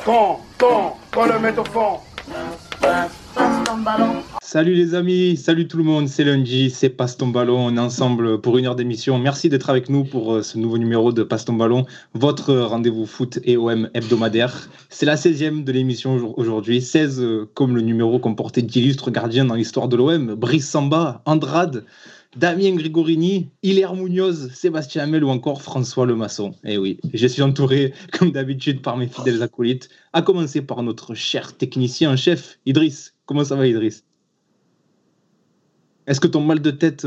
Qu'on le mette au fond. Passe ton ballon. Salut les amis, salut tout le monde, c'est lundi, c'est Passe ton ballon, on est ensemble pour 1 heure d'émission. Merci d'être avec nous pour ce nouveau numéro de Passe ton ballon, votre rendez-vous foot et OM hebdomadaire. C'est la 16e de l'émission aujourd'hui, 16 comme le numéro comportait d'illustres gardiens dans l'histoire de l'OM, Brice Samba, Andrade, Damien Grigorini, Hilaire Munoz, Sébastien Hamel ou encore François Lemasson. Et oui, je suis entouré comme d'habitude par mes fidèles acolytes, à commencer par notre cher technicien en chef, Idriss. Comment ça va Idriss ? Est-ce que ton mal de tête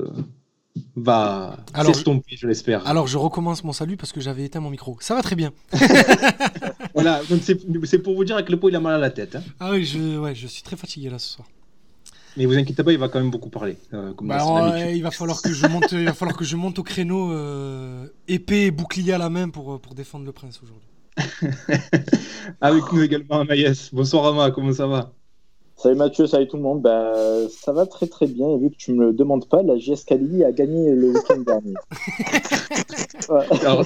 va s'estomper, je l'espère? Alors, je recommence mon salut parce que j'avais éteint mon micro. Ça va très bien. Voilà, donc c'est pour vous dire que le pot il a mal à la tête. Hein. Ah oui, je suis très fatigué là ce soir. Mais vous inquiétez pas, il va quand même beaucoup parler. Il va falloir que je monte au créneau épée et bouclier à la main pour défendre le prince aujourd'hui. Avec nous également Amaïs. Bonsoir Ama, comment ça va? Salut Mathieu, salut tout le monde. Ça va très très bien. Et vu que tu me le demandes pas, la JS Kabylie a gagné le week-end dernier. Ouais. Alors,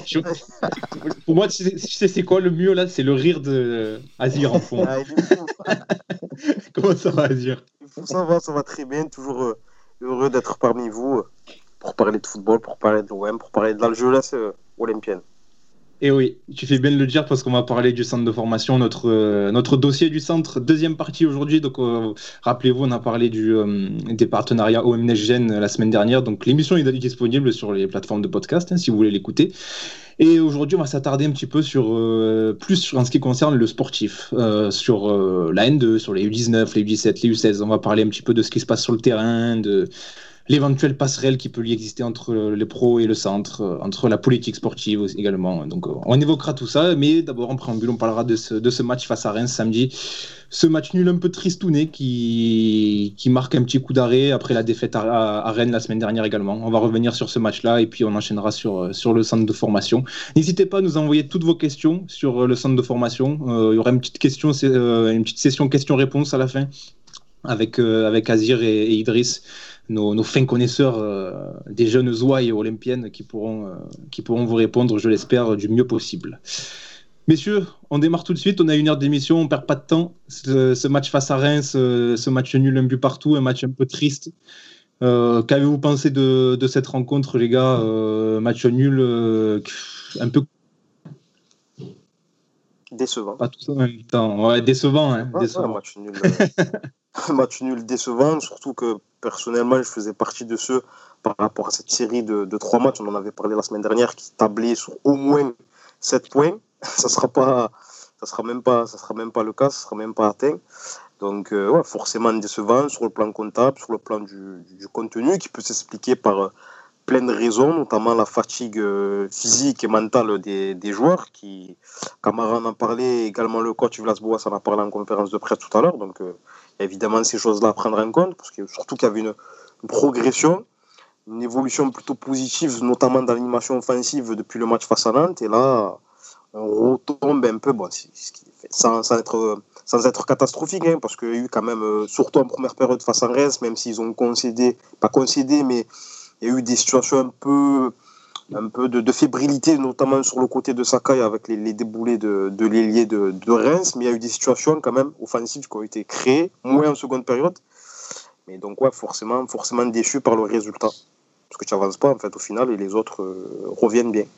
pour moi, tu sais c'est quoi le mieux là? C'est le rire de Azir en fond. Ah, il est fou. Comment ça va Azir? Ça va très bien. Toujours heureux d'être parmi vous pour parler de football, pour parler de l'OM, pour parler de l'Algeolès olympienne. Et oui, tu fais bien de le dire parce qu'on va parler du centre de formation, notre dossier du centre, deuxième partie aujourd'hui. Donc, rappelez-vous, on a parlé des partenariats OM Next Gen la semaine dernière. Donc, l'émission est disponible sur les plateformes de podcast si vous voulez l'écouter. Et aujourd'hui, on va s'attarder un petit peu plus en ce qui concerne le sportif, sur la N2, sur les U19, les U17, les U16. On va parler un petit peu de ce qui se passe sur le terrain, de l'éventuelle passerelle qui peut y exister entre les pros et le centre, entre la politique sportive également. Donc on évoquera tout ça, mais d'abord en préambule, on parlera de ce match face à Reims samedi. Ce match nul un peu tristouné qui marque un petit coup d'arrêt après la défaite à Rennes la semaine dernière également. On va revenir sur ce match-là et puis on enchaînera sur le centre de formation. N'hésitez pas à nous envoyer toutes vos questions sur le centre de formation. Il y aura une petite session questions-réponses à la fin avec Azir et Idriss. Nos fins connaisseurs des jeunes ouailles olympiennes qui pourront vous répondre, je l'espère, du mieux possible. Messieurs, on démarre tout de suite, on a 1 heure d'émission, on perd pas de temps. Ce match face à Reims, ce match nul, un but partout, un match un peu triste. Qu'avez-vous pensé de cette rencontre, les gars? Match nul, un peu décevant. Pas tout ça en même temps. Ouais, décevant. Hein, décevant. Ouais, match nul. Match nul décevant, surtout que personnellement, je faisais partie de ceux par rapport à cette série de 3 matchs, on en avait parlé la semaine dernière, qui tablaient sur au moins 7 points. Ça sera même pas le cas, ça sera même pas atteint. Donc forcément décevant sur le plan comptable, sur le plan du contenu, qui peut s'expliquer par plein de raisons, notamment la fatigue physique et mentale des joueurs. Camara en a parlé, également le coach Villas-Boas en a parlé en conférence de presse tout à l'heure. Donc il y a évidemment ces choses-là à prendre en compte, parce que surtout qu'il y avait une progression, une évolution plutôt positive, notamment dans l'animation offensive depuis le match face à Nantes. Et là, on retombe un peu, sans être catastrophique, hein, parce qu'il y a eu quand même, surtout en première période face à Reims, même s'ils ont pas concédé, mais il y a eu des situations un peu de fébrilité, notamment sur le côté de Sakai avec les déboulés de l'ailier de Reims, mais il y a eu des situations quand même offensives qui ont été créées, moins en seconde période. Mais donc forcément déçu par le résultat, parce que tu n'avances pas en fait au final et les autres reviennent bien.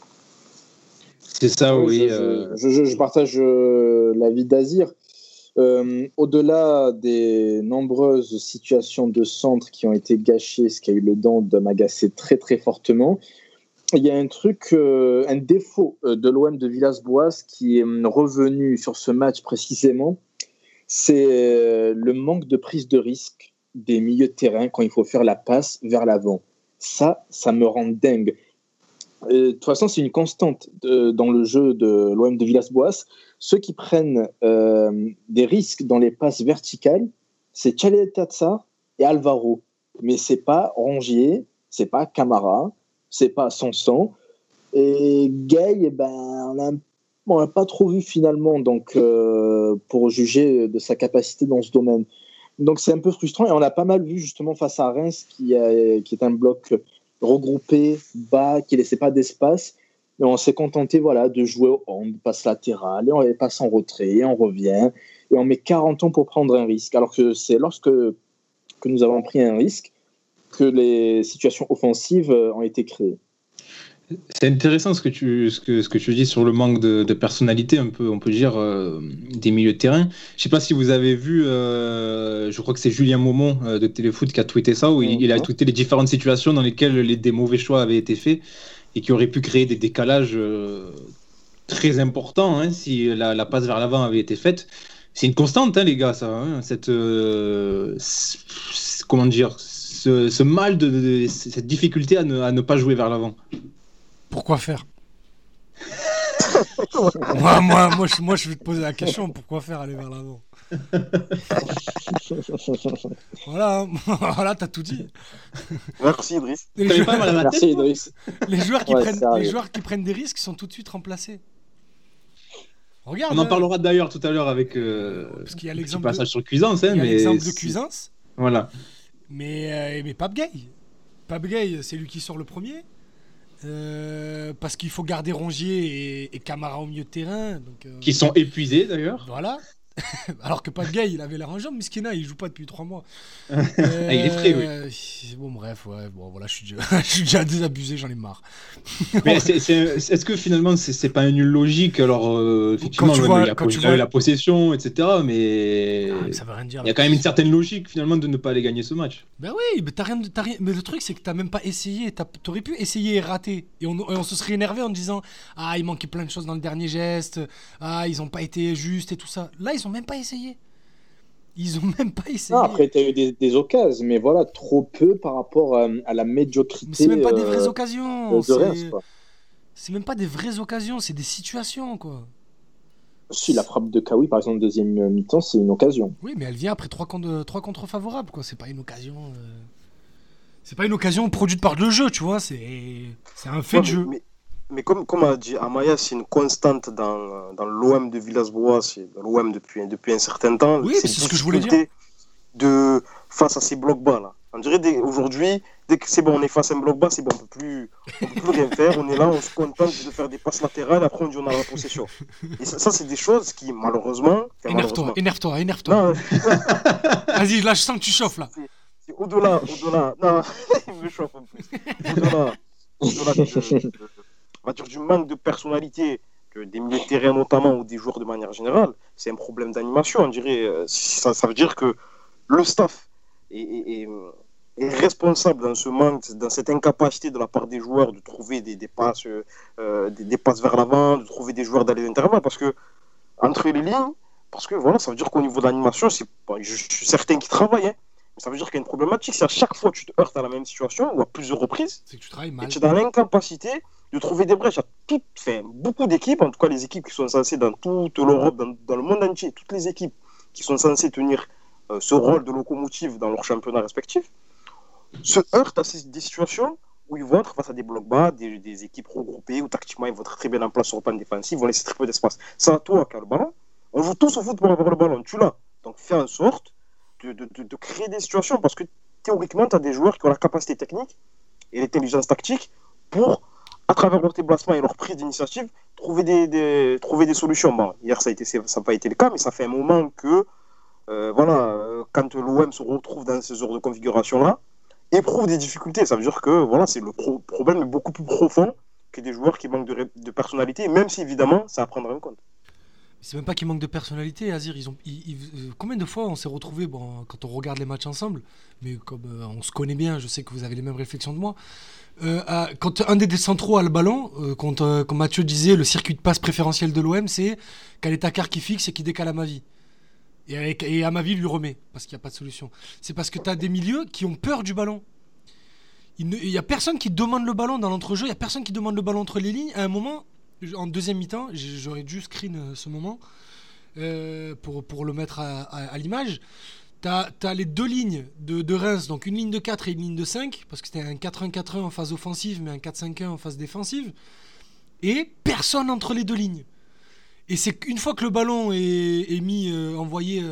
C'est ça, oui. Je partage l'avis d'Azir. Au-delà des nombreuses situations de centre qui ont été gâchées, ce qui a eu le don de m'agacer très très fortement, il y a un défaut de l'OM de Villas-Boas qui est revenu sur ce match précisément, c'est le manque de prise de risque des milieux de terrain quand il faut faire la passe vers l'avant. Ça me rend dingue. De toute façon, c'est une constante dans le jeu de l'OM de Villas-Boas. Ceux qui prennent des risques dans les passes verticales, c'est Tchalé Tatsa et Alvaro. Mais c'est pas Rongier, c'est pas Camara, c'est pas Sanson. Et Gay, on l'a pas trop vu finalement, donc pour juger de sa capacité dans ce domaine. Donc c'est un peu frustrant, et on l'a pas mal vu justement face à Reims, qui est un bloc regroupé, bas, qui laissait pas d'espace. Et on s'est contenté de jouer au hand, passe latéral, et on passe en retrait, et on revient, et on met 40 ans pour prendre un risque. Alors que c'est lorsque que nous avons pris un risque que les situations offensives ont été créées. C'est intéressant ce que tu dis sur le manque de personnalité, on peut dire, des milieux de terrain. Je ne sais pas si vous avez vu, je crois que c'est Julien Maumont de Téléfoot qui a tweeté ça, où il a tweeté les différentes situations dans lesquelles des mauvais choix avaient été faits et qui auraient pu créer des décalages très importants si la passe vers l'avant avait été faite. C'est une constante, les gars, ça. Comment dire, ce mal, cette difficulté à ne pas jouer vers l'avant. Pourquoi faire? moi, je vais te poser la question, pourquoi faire aller vers l'avant? Voilà, t'as tout dit. Merci Idriss. Merci Idriss. Les joueurs qui prennent des risques sont tout de suite remplacés. Regarde, on en parlera d'ailleurs tout à l'heure avec parce qu'il y a l'exemple passage sur Cuisance. Il y a l'exemple de Cuisance. Voilà. Mais Pape Gueye, c'est lui qui sort le premier. Parce qu'il faut garder Rongier et Camara au milieu de terrain. Donc, qui sont épuisés d'ailleurs. Voilà. Alors que Pape Gueye, il avait l'air en jambe, Miskina, il joue pas depuis 3 mois. Il est frais, oui. Bon, bref, voilà, je suis déjà désabusé, j'en ai marre. Mais est-ce que finalement, c'est pas une logique? Alors, effectivement, il y a la possession, etc. Mais ça veut rien dire. Il y a quand même une certaine logique finalement de ne pas aller gagner ce match. Ben oui, mais t'as rien. Mais le truc, c'est que t'as même pas essayé. T'aurais pu essayer et rater. Et on se serait énervé en disant il manquait plein de choses dans le dernier geste. Ils ont pas été justes et tout ça. Là, ils ont même pas essayé. Après, tu as eu des occasions, mais voilà, trop peu par rapport à la médiocrité. Mais c'est même pas des vraies occasions. Reims, c'est même pas des vraies occasions, c'est des situations, quoi. Si, la frappe de Kawi, par exemple, deuxième mi-temps, c'est une occasion. Oui, mais elle vient après 3 contre favorables, quoi. C'est pas une occasion. C'est pas une occasion produite par le jeu, tu vois. C'est un fait de jeu. Mais comme a dit Amaya, c'est une constante dans l'OM de Villas-Boas, c'est dans l'OM depuis un certain temps. Oui, c'est ce que je voulais dire. Face à ces blocs bas là. On dirait aujourd'hui, dès que c'est bon, on est face à un bloc bas, c'est bon, on peut plus rien faire. On est là, on se contente de faire des passes latérales, après on dit on a la possession. Et ça c'est des choses qui malheureusement. Énerve-toi. Non. Vas-y, là je sens que tu chauffes là. C'est au-delà. Non, il me chauffe en plus. Au-delà on va dire du manque de personnalité des milieux de terrain notamment ou des joueurs de manière générale, c'est un problème d'animation. On dirait, ça veut dire que le staff est responsable dans ce manque, dans cette incapacité de la part des joueurs de trouver des passes vers l'avant, de trouver des joueurs dans les intervalles, parce que entre les lignes, parce que voilà, ça veut dire qu'au niveau de l'animation, je suis certain qu'ils travaillent, mais ça veut dire qu'il y a une problématique. C'est à chaque fois que tu te heurtes à la même situation ou à plusieurs reprises, c'est que tu travailles mal. Et tu es dans l'incapacité de trouver des brèches. Beaucoup d'équipes, en tout cas les équipes qui sont censées dans toute l'Europe, dans le monde entier, toutes les équipes qui sont censées tenir ce rôle de locomotive dans leur championnat respectif, se heurtent à des situations où ils vont être face à des blocs bas, des équipes regroupées, où tactiquement ils vont être très bien en place sur le plan défensif, ils vont laisser très peu d'espace. C'est à toi qui as le ballon. On joue tous au foot pour avoir le ballon, tu l'as. Donc fais en sorte de créer des situations, parce que théoriquement, tu as des joueurs qui ont la capacité technique et l'intelligence tactique pour, à travers leur déplacement et leur prise d'initiative, trouver des solutions. Bon, hier, ça n'a pas été le cas, mais ça fait un moment que, quand l'OM se retrouve dans ce genre de configuration-là, éprouve des difficultés. Ça veut dire que c'est le problème est beaucoup plus profond que des joueurs qui manquent de personnalité, même si, évidemment, ça à prendre en compte. C'est même pas qu'ils manquent de personnalité, Azir. Combien de fois on s'est retrouvés, quand on regarde les matchs ensemble, mais comme on se connaît bien, je sais que vous avez les mêmes réflexions de moi. Quand un des centraux a le ballon, quand Mathieu disait le circuit de passe préférentiel de l'OM, c'est Kaletakar qui fixe et qui décale à Amavi. Et Amavi lui remet, parce qu'il n'y a pas de solution. C'est parce que tu as des milieux qui ont peur du ballon. Il n'y a personne qui demande le ballon dans l'entrejeu, il n'y a personne qui demande le ballon entre les lignes. À un moment, en deuxième mi-temps, j'aurais dû screen ce moment pour le mettre à l'image. T'as les deux lignes de Reims, donc une ligne de 4 et une ligne de 5, parce que c'était un 4-1-4-1 en phase offensive, mais un 4-5-1 en phase défensive, et personne entre les deux lignes. Et c'est qu'une fois que le ballon est envoyé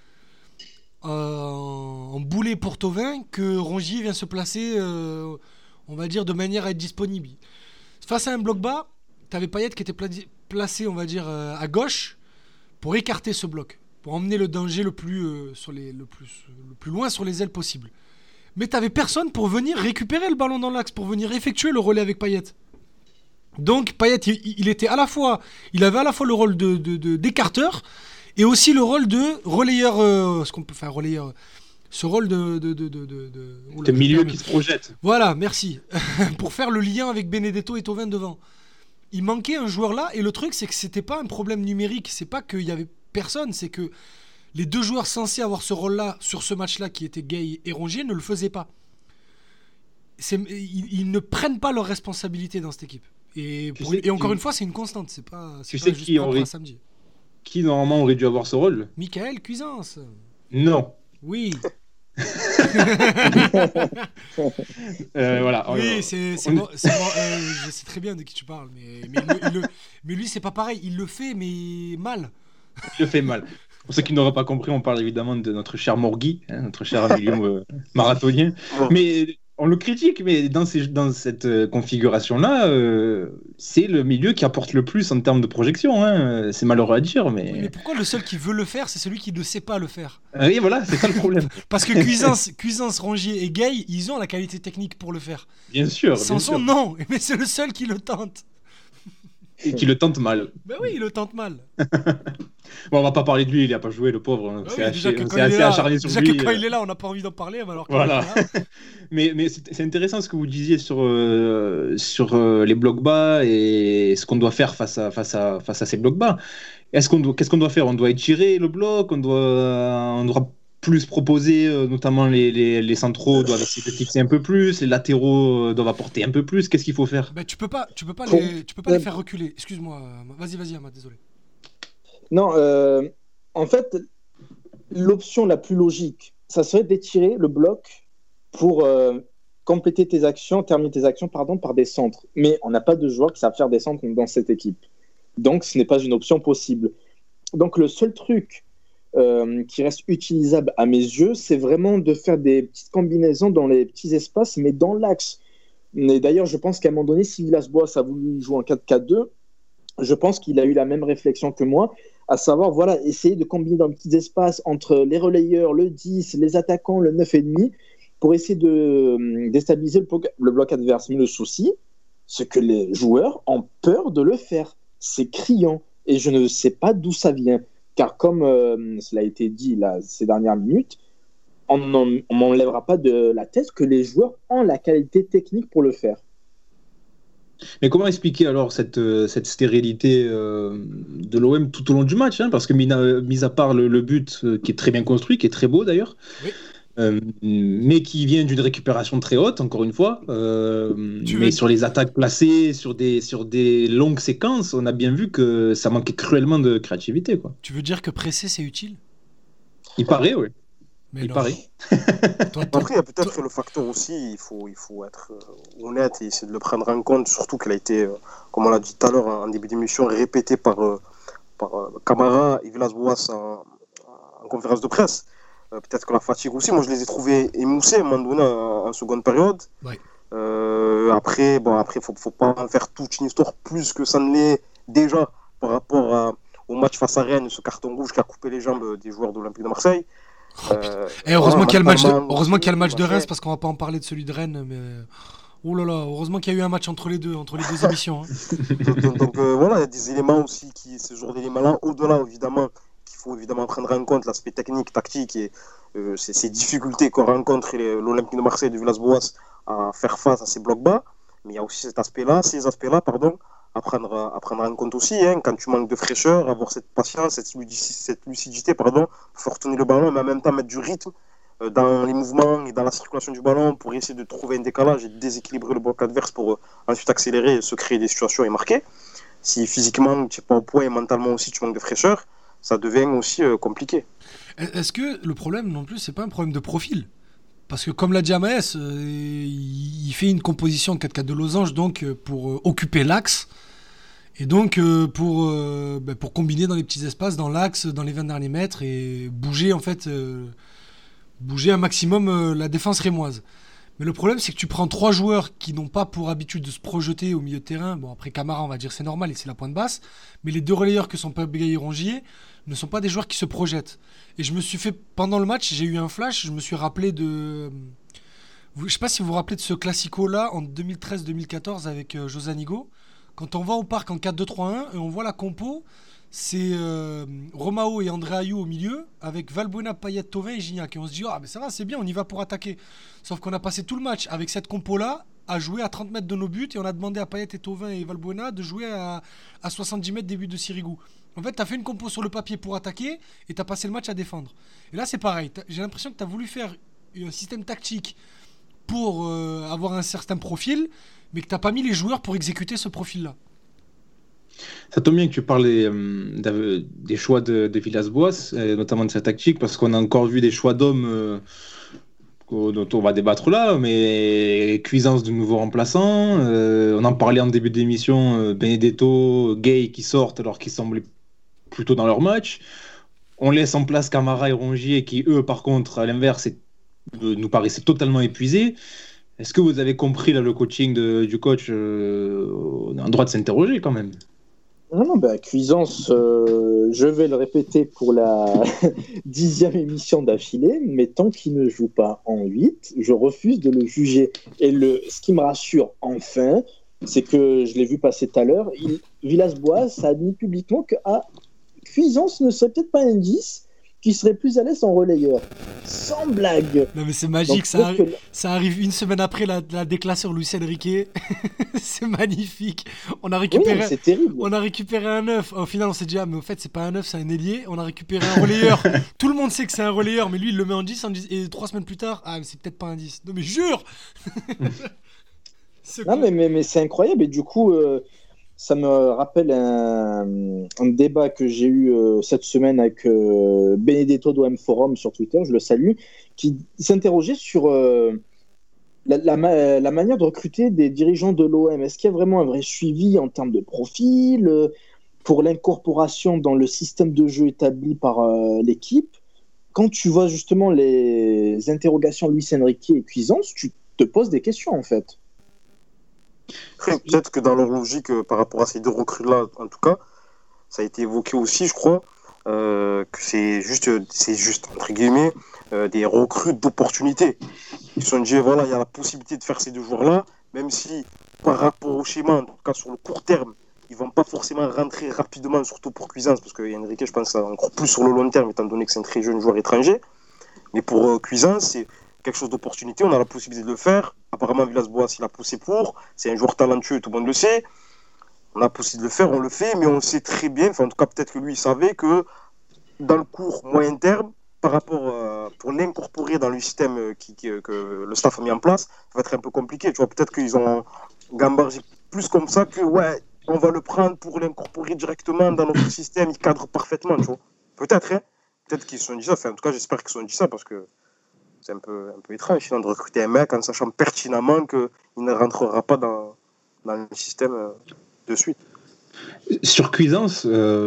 en boulet pour Thauvin, que Rongier vient se placer, on va dire, de manière à être disponible. Face à un bloc bas, t'avais Payet qui était placé, on va dire, à gauche pour écarter ce bloc, pour emmener le danger le plus loin sur les ailes possible. Mais t'avais personne pour venir récupérer le ballon dans l'axe, pour venir effectuer le relais avec Payet. Donc Payet, il avait à la fois le rôle d'écarteur et aussi le rôle de relayeur, ce rôle de milieu qui se projette. Voilà, merci. Pour faire le lien avec Benedetto et Thauvin devant. Il manquait un joueur là, et le truc c'est que c'était pas un problème numérique, c'est pas qu'il y avait personne, c'est que les deux joueurs censés avoir ce rôle-là sur ce match-là, qui étaient Gueye et Rongier, ne le faisaient pas. Ils ne prennent pas leurs responsabilités dans cette équipe. Et encore une fois, c'est une constante. C'est pas juste pour un samedi. Qui normalement aurait dû avoir ce rôle? Michael Cuisance. Non. Oui. Voilà. Oui, je sais très bien de qui tu parles, mais lui, c'est pas pareil. Il le fait, mais mal. Il le fait mal. Pour ceux qui n'auraient pas compris, on parle évidemment de notre cher Morgui, notre cher milieu marathonien. Mais on le critique, mais dans cette configuration-là, c'est le milieu qui apporte le plus en termes de projection. Hein. C'est malheureux à dire, mais... Oui, mais pourquoi le seul qui veut le faire, c'est celui qui ne sait pas le faire? Oui, voilà, c'est ça le problème. Parce que Cuisance, Rongier et Gueye, ils ont la qualité technique pour le faire. Bien sûr. Sanson, non, mais c'est le seul qui le tente. Et qui le tente mal. Ben oui, il le tente mal. Bon, on va pas parler de lui, il a pas joué, le pauvre. Ah c'est oui, assez acharné sur lui. Déjà que quand il est là, on n'a pas envie d'en parler. Alors voilà. Mais c'est intéressant ce que vous disiez sur les blocs bas et ce qu'on doit faire face à ces blocs bas. Qu'est-ce qu'on doit faire? On doit étirer le bloc, on doit plus proposer, notamment les centraux doivent essayer de fixer un peu plus, les latéraux doivent apporter un peu plus. Qu'est-ce qu'il faut faire? Tu peux pas les faire reculer. Excuse-moi. Vas-y, Amad, désolé. Non, en fait, l'option la plus logique, ça serait d'étirer le bloc pour terminer tes actions, par des centres. Mais on n'a pas de joueurs qui savent faire des centres dans cette équipe. Donc, ce n'est pas une option possible. Donc, le seul truc qui reste utilisable à mes yeux, c'est vraiment de faire des petites combinaisons dans les petits espaces, mais dans l'axe. Et d'ailleurs, je pense qu'à un moment donné, si Villas-Boas a voulu jouer en 4-4-2, je pense qu'il a eu la même réflexion que moi, à savoir, voilà, essayer de combiner dans les petits espaces entre les relayeurs, le 10, les attaquants, le 9,5, pour essayer de déstabiliser le bloc adverse. Mais le souci, c'est que les joueurs ont peur de le faire. C'est criant. Et je ne sais pas d'où ça vient. Car comme cela a été dit là, ces dernières minutes, on m'enlèvera pas de la tête que les joueurs ont la qualité technique pour le faire. Mais comment expliquer alors cette stérilité de l'OM tout au long du match, hein, parce que mis à part le but qui est très bien construit, qui est très beau d'ailleurs, oui. Mais qui vient d'une récupération très haute, encore une fois, sur les attaques placées, sur des longues séquences, on a bien vu que ça manquait cruellement de créativité, quoi. Tu veux dire que presser c'est utile? Il paraît, oui. Mais il non. paraît. Après, il y a peut-être le facteur aussi, il faut être honnête et essayer de le prendre en compte, surtout qu'elle a été, comme on l'a dit tout à l'heure en début d'émission, répétée par Camara et Villas-Boas en conférence de presse. Peut-être que la fatigue aussi, moi je les ai trouvés émoussés à un moment donné en seconde période. Ouais. Après, faut pas en faire toute une histoire plus que ça ne l'est déjà par rapport au match face à Rennes, ce carton rouge qui a coupé les jambes des joueurs de l'Olympique de Marseille. Heureusement qu'il y a le match de Reims, parce qu'on va pas en parler de celui de Rennes, mais oh là là, heureusement qu'il y a eu un match entre les deux émissions. Hein. Donc voilà, il y a des éléments aussi ce genre d'éléments-là, au-delà évidemment, qu'il faut évidemment prendre en compte l'aspect technique, tactique et ces difficultés qu'ont rencontré l'Olympique de Marseille de Villas-Boas à faire face à ces blocs bas, mais il y a aussi ces aspects-là, à prendre en compte aussi, hein, quand tu manques de fraîcheur, avoir cette patience, cette lucidité, pour faire tourner le ballon, mais en même temps mettre du rythme dans les mouvements et dans la circulation du ballon pour essayer de trouver un décalage et de déséquilibrer le bloc adverse pour ensuite accélérer, se créer des situations et marquer. Si physiquement tu n'es pas au point et mentalement aussi tu manques de fraîcheur, ça devient aussi compliqué. Est-ce que le problème non plus, c'est pas un problème de profil? Parce que comme l'a dit Amaes, il fait une composition 4-4 de losange donc pour occuper l'axe et donc pour combiner dans les petits espaces, dans l'axe, dans les 20 derniers mètres et bouger un maximum la défense rémoise. Mais le problème, c'est que tu prends 3 joueurs qui n'ont pas pour habitude de se projeter au milieu de terrain. Bon, après Camara, on va dire c'est normal et c'est la pointe basse. Mais les 2 relayeurs que sont Pape Gueye et Rongier ne sont pas des joueurs qui se projettent. Et je me suis fait, pendant le match, j'ai eu un flash, je me suis rappelé de... Je ne sais pas si vous vous rappelez de ce classico-là en 2013-2014 avec José Anigo. Quand on va au parc en 4-2-3-1 et on voit la compo, c'est Romao et André Ayou au milieu avec Valbuena, Payet, Thauvin et Gignac. Et on se dit, ah, mais ça va, c'est bien, on y va pour attaquer. Sauf qu'on a passé tout le match avec cette compo-là à jouer à 30 mètres de nos buts et on a demandé à Payet et Thauvin et Valbuena de jouer à 70 mètres des buts de Sirigu. En fait, tu as fait une compo sur le papier pour attaquer et tu as passé le match à défendre. Et là, c'est pareil. J'ai l'impression que tu as voulu faire un système tactique pour avoir un certain profil, mais que tu n'as pas mis les joueurs pour exécuter ce profil-là. Ça tombe bien que tu parles des choix de Villas-Boas, notamment de sa tactique, parce qu'on a encore vu des choix d'hommes dont on va débattre là, mais Cuisance de nouveau remplaçant, on en parlait en début d'émission, Benedetto, Gay qui sortent alors qu'ils semblaient plutôt dans leur match. On laisse en place Camara et Rongier qui, eux, par contre, à l'inverse, nous paraissaient totalement épuisés. Est-ce que vous avez compris là, le coaching du coach on a le droit de s'interroger quand même. Non, Cuisance, je vais le répéter pour la 10e émission d'affilée, mais tant qu'il ne joue pas en 8, je refuse de le juger. Et ce qui me rassure enfin, c'est que je l'ai vu passer tout à l'heure, Villas-Boas a admis publiquement que Cuisance ne serait peut-être pas un 10, qui serait plus à l'aise en relayeur. Sans blague. Non mais c'est magique, ça arrive une semaine après la déclasse sur Luis Enrique. C'est magnifique. On a récupéré, c'est terrible. On a récupéré un 9. Au final, on s'est dit, mais au fait, c'est pas un 9, c'est un ailier. On a récupéré un relayeur. Tout le monde sait que c'est un relayeur, mais lui, il le met en 10. Et 3 semaines plus tard, mais c'est peut-être pas un 10. Non mais jure. mais c'est incroyable. Et du coup... ça me rappelle un débat que j'ai eu cette semaine avec Benedetto d'OM Forum sur Twitter, je le salue, qui s'interrogeait sur la manière de recruter des dirigeants de l'OM. Est-ce qu'il y a vraiment un vrai suivi en termes de profil pour l'incorporation dans le système de jeu établi par l'équipe? Quand tu vois justement les interrogations Luis Enrique et Cuisance, tu te poses des questions en fait. Peut-être que dans leur logique, par rapport à ces 2 recrues-là, en tout cas, ça a été évoqué aussi, je crois, que c'est juste entre guillemets, des recrues d'opportunité. Ils se sont dit, voilà, il y a la possibilité de faire ces 2 joueurs-là, même si, par rapport au schéma, en tout cas sur le court terme, ils ne vont pas forcément rentrer rapidement, surtout pour Cuisance, parce que Enrique, je pense, encore plus sur le long terme, étant donné que c'est un très jeune joueur étranger. Mais pour Cuisance, c'est quelque chose d'opportunité, on a la possibilité de le faire. Apparemment, Villas-Boas, il a poussé pour. C'est un joueur talentueux, tout le monde le sait. On a la possibilité de le faire, on le fait, mais on sait très bien, en tout cas, peut-être que lui, il savait que dans le court, moyen terme, par rapport pour l'incorporer dans le système que le staff a mis en place, ça va être un peu compliqué. Tu vois, peut-être qu'ils ont gambargé plus comme ça que, ouais, on va le prendre pour l'incorporer directement dans notre système, il cadre parfaitement, tu vois. Peut-être, hein. Peut-être qu'ils se sont dit ça. En tout cas, j'espère qu'ils se sont dit ça parce que c'est un peu étrange sinon de recruter un mec en sachant pertinemment qu'il ne rentrera pas dans le système de suite. Sur Cuisance,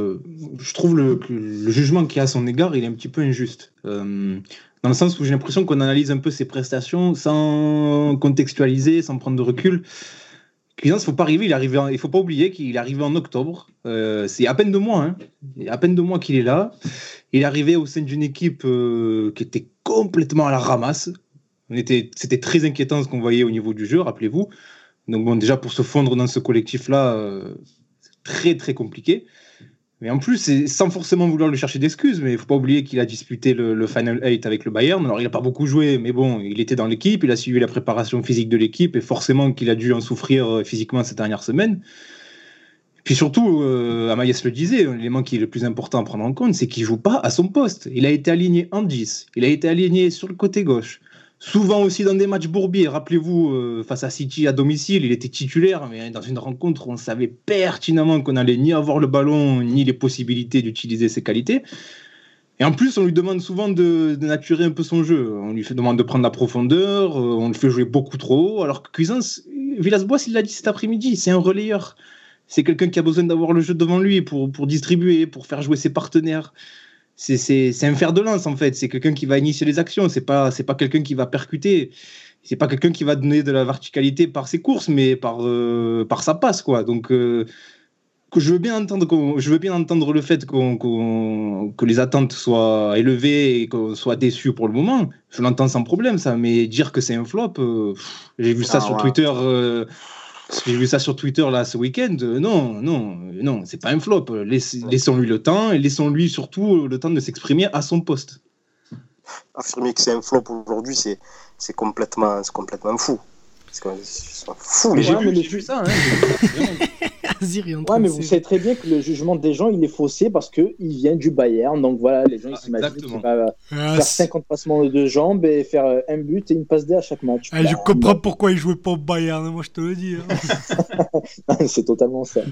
je trouve le jugement qu'il y a à son égard, il est un petit peu injuste. Dans le sens où j'ai l'impression qu'on analyse un peu ses prestations sans contextualiser, sans prendre de recul. Cuisance, il faut pas oublier qu'il est arrivé en octobre. C'est à peine 2 mois, hein. Il y a à peine 2 mois qu'il est là. Il est arrivé au sein d'une équipe qui était complètement à la ramasse. C'était très inquiétant ce qu'on voyait au niveau du jeu, rappelez-vous. Donc bon, déjà pour se fondre dans ce collectif-là, c'est très très compliqué. Mais en plus, c'est sans forcément vouloir lui chercher d'excuses, mais il ne faut pas oublier qu'il a disputé le Final 8 avec le Bayern. Alors il n'a pas beaucoup joué, mais bon, il était dans l'équipe, il a suivi la préparation physique de l'équipe, et forcément qu'il a dû en souffrir physiquement ces dernières semaines. Puis surtout, Amaïs le disait, l'élément qui est le plus important à prendre en compte, c'est qu'il ne joue pas à son poste. Il a été aligné en 10, il a été aligné sur le côté gauche. Souvent aussi dans des matchs bourbiers. Rappelez-vous, face à City à domicile, il était titulaire, mais dans une rencontre où on savait pertinemment qu'on n'allait ni avoir le ballon, ni les possibilités d'utiliser ses qualités. Et en plus, on lui demande souvent de naturer un peu son jeu. On lui demande de prendre la profondeur, on le fait jouer beaucoup trop haut. Alors que Cuisance, Villas-Boas, il l'a dit cet après-midi, c'est un relayeur. C'est quelqu'un qui a besoin d'avoir le jeu devant lui pour distribuer, pour faire jouer ses partenaires. c'est un fer de lance en fait. C'est quelqu'un qui va initier les actions. C'est pas quelqu'un qui va percuter. C'est pas quelqu'un qui va donner de la verticalité par ses courses, mais par sa passe, quoi. Donc, que je veux bien entendre le fait que les attentes soient élevées et qu'on soit déçus pour le moment. Je l'entends sans problème, ça. Mais dire que c'est un flop, j'ai vu ça sur Twitter. J'ai vu ça sur Twitter là ce week-end. Non, c'est pas un flop. Laissons-lui le temps et laissons-lui surtout le temps de s'exprimer à son poste. Affirmer que c'est un flop aujourd'hui, c'est complètement fou. C'est fou. Mais j'ai vu ça. Mais vous savez très bien que le jugement des gens, il est faussé parce qu'il vient du Bayern. Donc voilà, les gens ils s'imaginent qu'il va faire 50 passements de jambes et faire un but et une passe D à chaque match. Je comprends pourquoi il jouait pas au Bayern, moi je te le dis. C'est totalement ça.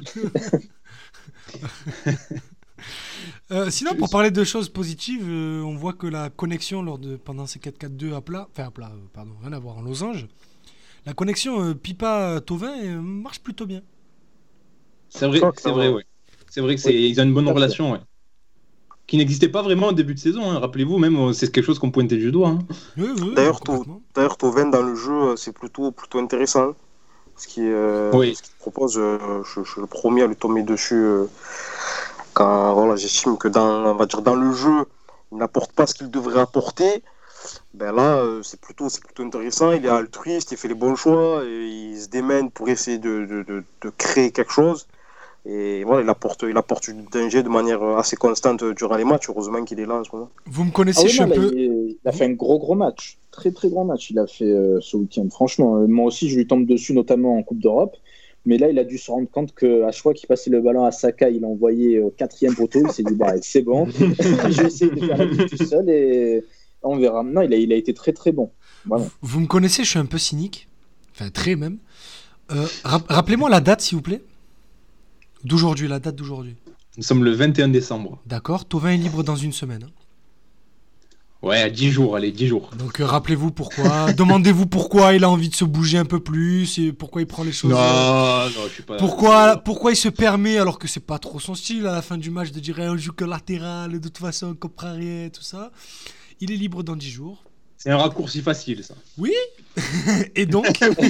Sinon, pour parler de choses positives, on voit que la connexion pendant ces 4-4-2 rien à voir, en losange, la connexion Pipa-Thauvin marche plutôt bien. C'est vrai, ouais. C'est vrai qu'ils ont une bonne relation, ouais. Qui n'existait pas vraiment au début de saison, hein. Rappelez-vous, même, c'est quelque chose qu'on pointait du doigt. Hein. Oui, D'ailleurs, Thauvin dans le jeu, c'est plutôt intéressant. Ce qu'il propose, je suis le premier à lui tomber dessus. Quand j'estime que dans le jeu, il n'apporte pas ce qu'il devrait apporter, ben là, c'est plutôt intéressant. Il est altruiste, il fait les bons choix, et il se démène pour essayer de créer quelque chose. Et voilà, il apporte du danger de manière assez constante durant les matchs. Heureusement qu'il est là en ce moment. Vous me connaissez, je suis un peu... Il a fait un gros match. Très très grand match il a fait ce week-end. Franchement, moi aussi, je lui tombe dessus, notamment en Coupe d'Europe. Mais là, il a dû se rendre compte qu'à chaque fois qu'il passait le ballon à Saka, il envoyait au 4e poteau. Il s'est dit, c'est bon, je vais essayer de faire la vie tout seul et on verra. Non, il a été très très bon. Voilà. Vous me connaissez, je suis un peu cynique. Enfin, très même. Rappelez-moi la date, s'il vous plaît. La date d'aujourd'hui. Nous sommes le 21 décembre. D'accord, Thauvin est libre dans une semaine. Ouais, 10 jours, allez, 10 jours. Donc rappelez-vous pourquoi, demandez-vous pourquoi il a envie de se bouger un peu plus, et pourquoi il prend les choses... Non, je suis pas... Pourquoi il se permet, alors que c'est pas trop son style, à la fin du match, de dire on joue que latéral, de toute façon on comprend rien, tout ça. Il est libre dans 10 jours. C'est un raccourci facile, ça. Oui. Et donc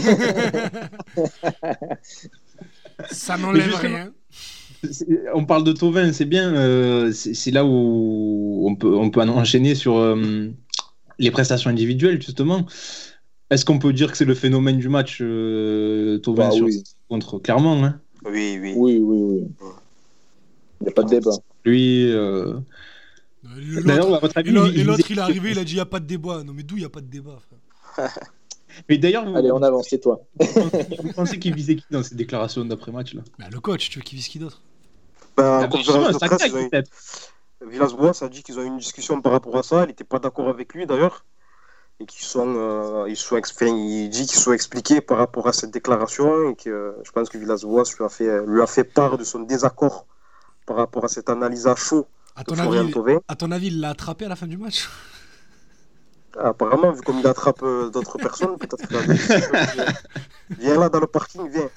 ça n'enlève rien. On parle de Thauvin, c'est bien. C'est là où on peut enchaîner sur les prestations individuelles, justement. Est-ce qu'on peut dire que c'est le phénomène du match, Thauvin, contre clairement, hein? Oui. Il n'y a pas de débat. Lui. D'ailleurs, à votre avis, l'autre, il est arrivé, il a dit il n'y a pas de débat. Non, mais d'où il n'y a pas de débat, frère? Mais d'ailleurs, allez, on avance, c'est toi. Vous pensez qu'il visait qui dans ces déclarations d'après-match là? Le coach, tu veux qu'il vise qui d'autre? Villas-Boas a dit qu'ils ont eu une discussion par rapport à ça. Il n'était pas d'accord avec lui d'ailleurs. Et il dit qu'ils sont expliqués par rapport à cette déclaration. Et que je pense que Villas-Boas lui a fait part de son désaccord par rapport à cette analyse à chaud. À ton avis, il l'a attrapé à la fin du match? Apparemment, vu comme il attrape d'autres personnes, peut-être qu'il a dit viens là dans le parking, viens.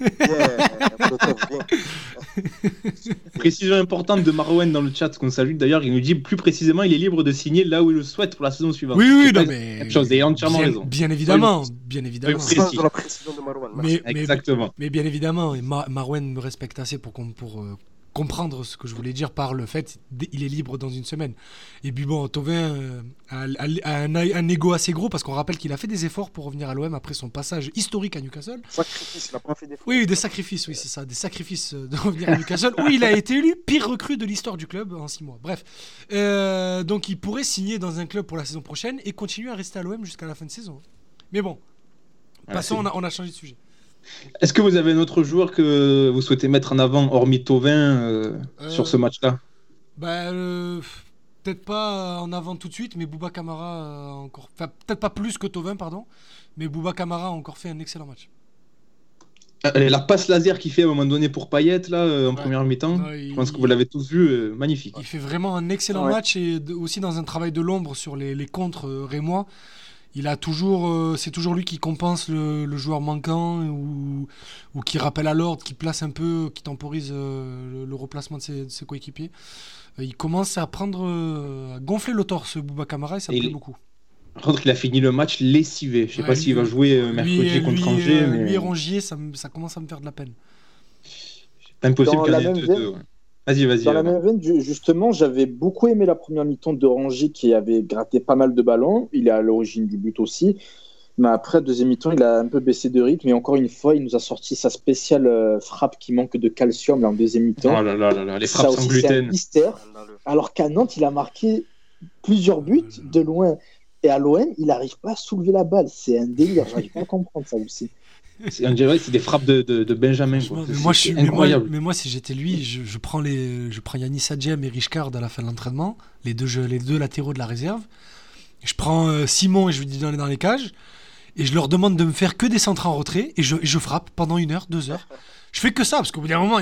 Précision importante de Marouane dans le chat qu'on salue d'ailleurs, il nous dit plus précisément il est libre de signer là où il le souhaite pour la saison suivante. Oui, non mais chose, et entièrement raison. Bien évidemment. De la précision de Marouane. Exactement. Mais bien évidemment, et Marouane me respecte assez pour comprendre ce que je voulais dire par le fait il est libre dans une semaine. Et puis bon, Thauvin a un ego assez gros parce qu'on rappelle qu'il a fait des efforts pour revenir à l'OM après son passage historique à Newcastle. Sacrifice, il n'a pas fait d'efforts. Oui, des sacrifices, oui, c'est ça, des sacrifices de revenir à Newcastle où il a été élu pire recrue de l'histoire du club en 6 mois. Bref, donc il pourrait signer dans un club pour la saison prochaine et continuer à rester à l'OM jusqu'à la fin de saison. Mais bon, passons, on a changé de sujet. Est-ce que vous avez un autre joueur que vous souhaitez mettre en avant, hormis Thauvin, sur ce match-là? Peut-être pas en avant tout de suite, mais Bouba Kamara encore... Enfin, peut-être pas plus que Thauvin, pardon, mais Bouba Kamara a encore fait un excellent match. La passe laser qu'il fait à un moment donné pour Payet, là, en première mi-temps, je pense que vous l'avez tous vu, magnifique. Il fait vraiment un excellent match, et aussi dans un travail de l'ombre sur les contres rémois. Il a toujours, c'est toujours lui qui compense le joueur manquant ou qui rappelle à l'ordre, qui place un peu, qui temporise le replacement de ses coéquipiers. Il commence à à gonfler le torse, Bouba Kamara, et ça me plaît beaucoup. Par contre, il a fini le match lessivé. Je sais pas s'il va jouer mercredi contre Angers. Mais... Lui et Rongier, ça commence à me faire de la peine. C'est impossible qu'il y en ait deux. Ouais. Vas-y. Dans la même veine, justement, j'avais beaucoup aimé la première mi-temps de Rongier qui avait gratté pas mal de ballons. Il est à l'origine du but aussi. Mais après, deuxième mi-temps, il a un peu baissé de rythme. Et encore une fois, il nous a sorti sa spéciale frappe qui manque de calcium en deuxième mi-temps. Oh là, les frappes sans gluten. C'est un mystère. Alors qu'à Nantes, il a marqué plusieurs buts de loin. Et à l'OM, il n'arrive pas à soulever la balle. C'est un délire. J'arrive pas à comprendre ça aussi. On dirait que c'est des frappes de Benjamin. Quoi. C'est incroyable. Mais moi, si j'étais lui, je prends Yanis Adjem et Richcard à la fin de l'entraînement, les deux latéraux de la réserve. Je prends Simon et je lui dis d'aller dans les cages. Et je leur demande de me faire que des centres en retrait. Et je frappe pendant 1 heure, 2 heures. Je fais que ça, parce qu'au bout d'un moment,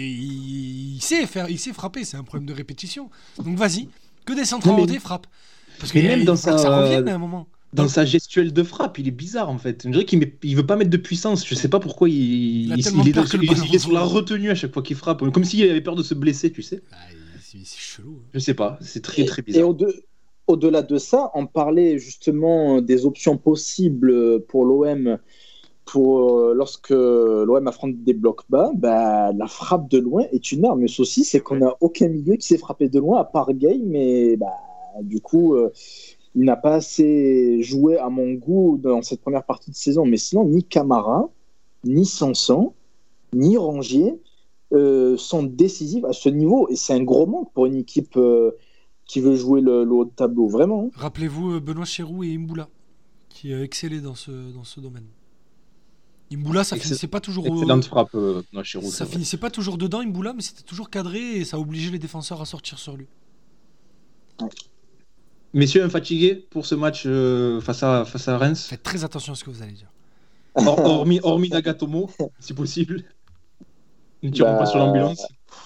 il sait frapper. C'est un problème de répétition. Donc vas-y, que des centres en retrait, frappe. Parce que même ça revienne à un moment. Dans sa gestuelle de frappe, il est bizarre en fait. On dirait qu'il veut pas mettre de puissance. Je sais pas pourquoi il est sur la retenue à chaque fois qu'il frappe. Comme s'il avait peur de se blesser, tu sais. C'est chelou. Je sais pas, c'est très très bizarre. Et au-delà de ça, on parlait justement des options possibles pour l'OM lorsque l'OM affronte des blocs bas. La frappe de loin est une arme. Mais ceci, c'est qu'on n'a aucun milieu qui s'est frappé de loin à part Gay, mais du coup... il n'a pas assez joué à mon goût dans cette première partie de saison. Mais sinon, ni Camara, ni Sanson, ni Rongier sont décisifs à ce niveau. Et c'est un gros manque pour une équipe qui veut jouer le haut de tableau, vraiment. Rappelez-vous Benoît Chéroux et Imboula, qui a excellé dans ce domaine. Imboula, ça finissait pas toujours... Excellente frappe, Benoît Chéroux. Ça finissait pas toujours dedans, Imboula, mais c'était toujours cadré et ça obligeait les défenseurs à sortir sur lui. Ouais. Messieurs, fatigués pour ce match face à Reims. Faites très attention à ce que vous allez dire. Hormis Nagatomo, si possible. Ne tirons pas sur l'ambulance.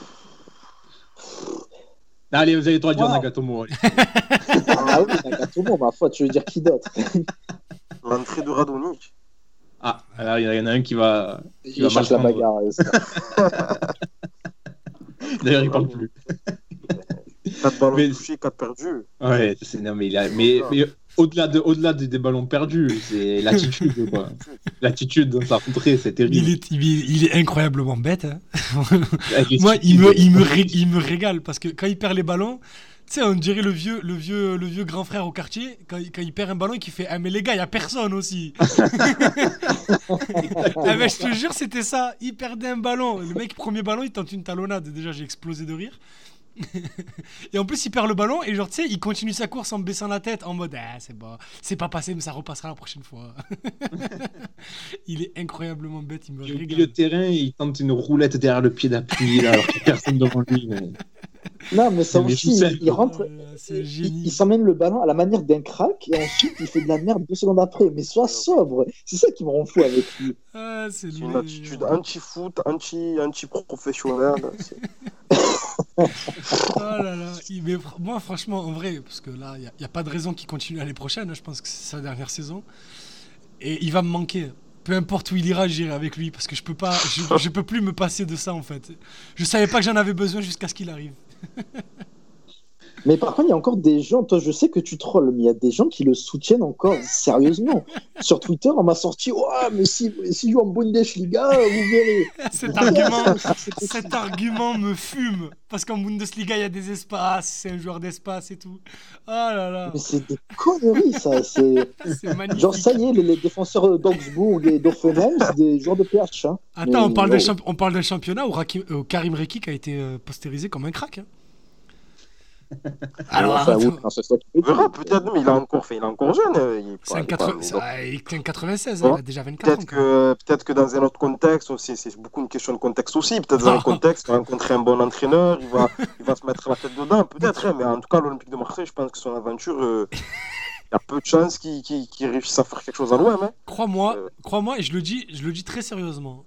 Allez, vous avez le droit de dire Nagatomo. Ah oui, Nagatomo, ma foi, tu veux dire qui d'autre? L'entrée de Radonic. Ah, alors il y en a un qui va cherche la bagarre. D'ailleurs, il parle plus. 4 ballons touchés, 4 perdus. Ouais, mais au-delà des ballons perdus, c'est l'attitude, quoi. L'attitude dans sa rentrée, c'est terrible. Il est incroyablement bête. Hein. Moi, il me régale parce que quand il perd les ballons, tu sais, on dirait le vieux grand frère au quartier quand il perd un ballon et qu'il fait mais les gars, il y a personne aussi. Mais je te jure, c'était ça. Il perdait un ballon. Le mec, premier ballon, il tente une talonnade. Déjà, j'ai explosé de rire. Et en plus il perd le ballon et genre tu sais il continue sa course en baissant la tête en mode c'est bon, c'est pas passé mais ça repassera la prochaine fois. Il est incroyablement bête, il me régale. Le terrain, il tente une roulette derrière le pied d'appui là, alors qu'il n'y a personne devant lui. Non mais ça aussi, il rentre, il s'emmène le ballon à la manière d'un crack et ensuite il fait de la merde 2 secondes après. Mais sois sobre, c'est ça qui me rend fou avec lui. C'est une attitude anti-foot, anti-professionnelle. Oh là là, mais moi franchement en vrai, parce que là il n'y a pas de raison qu'il continue l'année prochaine, hein, je pense que c'est sa dernière saison et il va me manquer, peu importe où il ira, j'irai avec lui parce que je peux plus me passer de ça en fait. Je savais pas que j'en avais besoin jusqu'à ce qu'il arrive. Mais par contre, il y a encore des gens, toi je sais que tu trolls, mais il y a des gens qui le soutiennent encore sérieusement. Sur Twitter, on m'a sorti mais s'il joue en Bundesliga, vous verrez. Cet argument me fume, parce qu'en Bundesliga, il y a des espaces, c'est un joueur d'espace et tout. Oh là là. Mais c'est des conneries, ça. C'est magnifique. Genre, ça y est, les défenseurs d'Augsbourg et d'Offenheim, c'est des joueurs de PH. Hein. Attends, on parle d'un championnat où Karim Rekik a été postérisé comme un crack. Hein. Alors, on verra peut-être, mais il est encore jeune. Il tient 96, il a déjà 24 ans. Peut-être que dans un autre contexte, c'est beaucoup une question de contexte aussi. Peut-être dans un contexte, il va rencontrer un bon entraîneur, il va se mettre la tête dedans, peut-être. Mais en tout cas, l'Olympique de Marseille, je pense que son aventure, il y a peu de chances qu'il réussisse à faire quelque chose à l'OM. Hein. Crois-moi, et je le dis très sérieusement.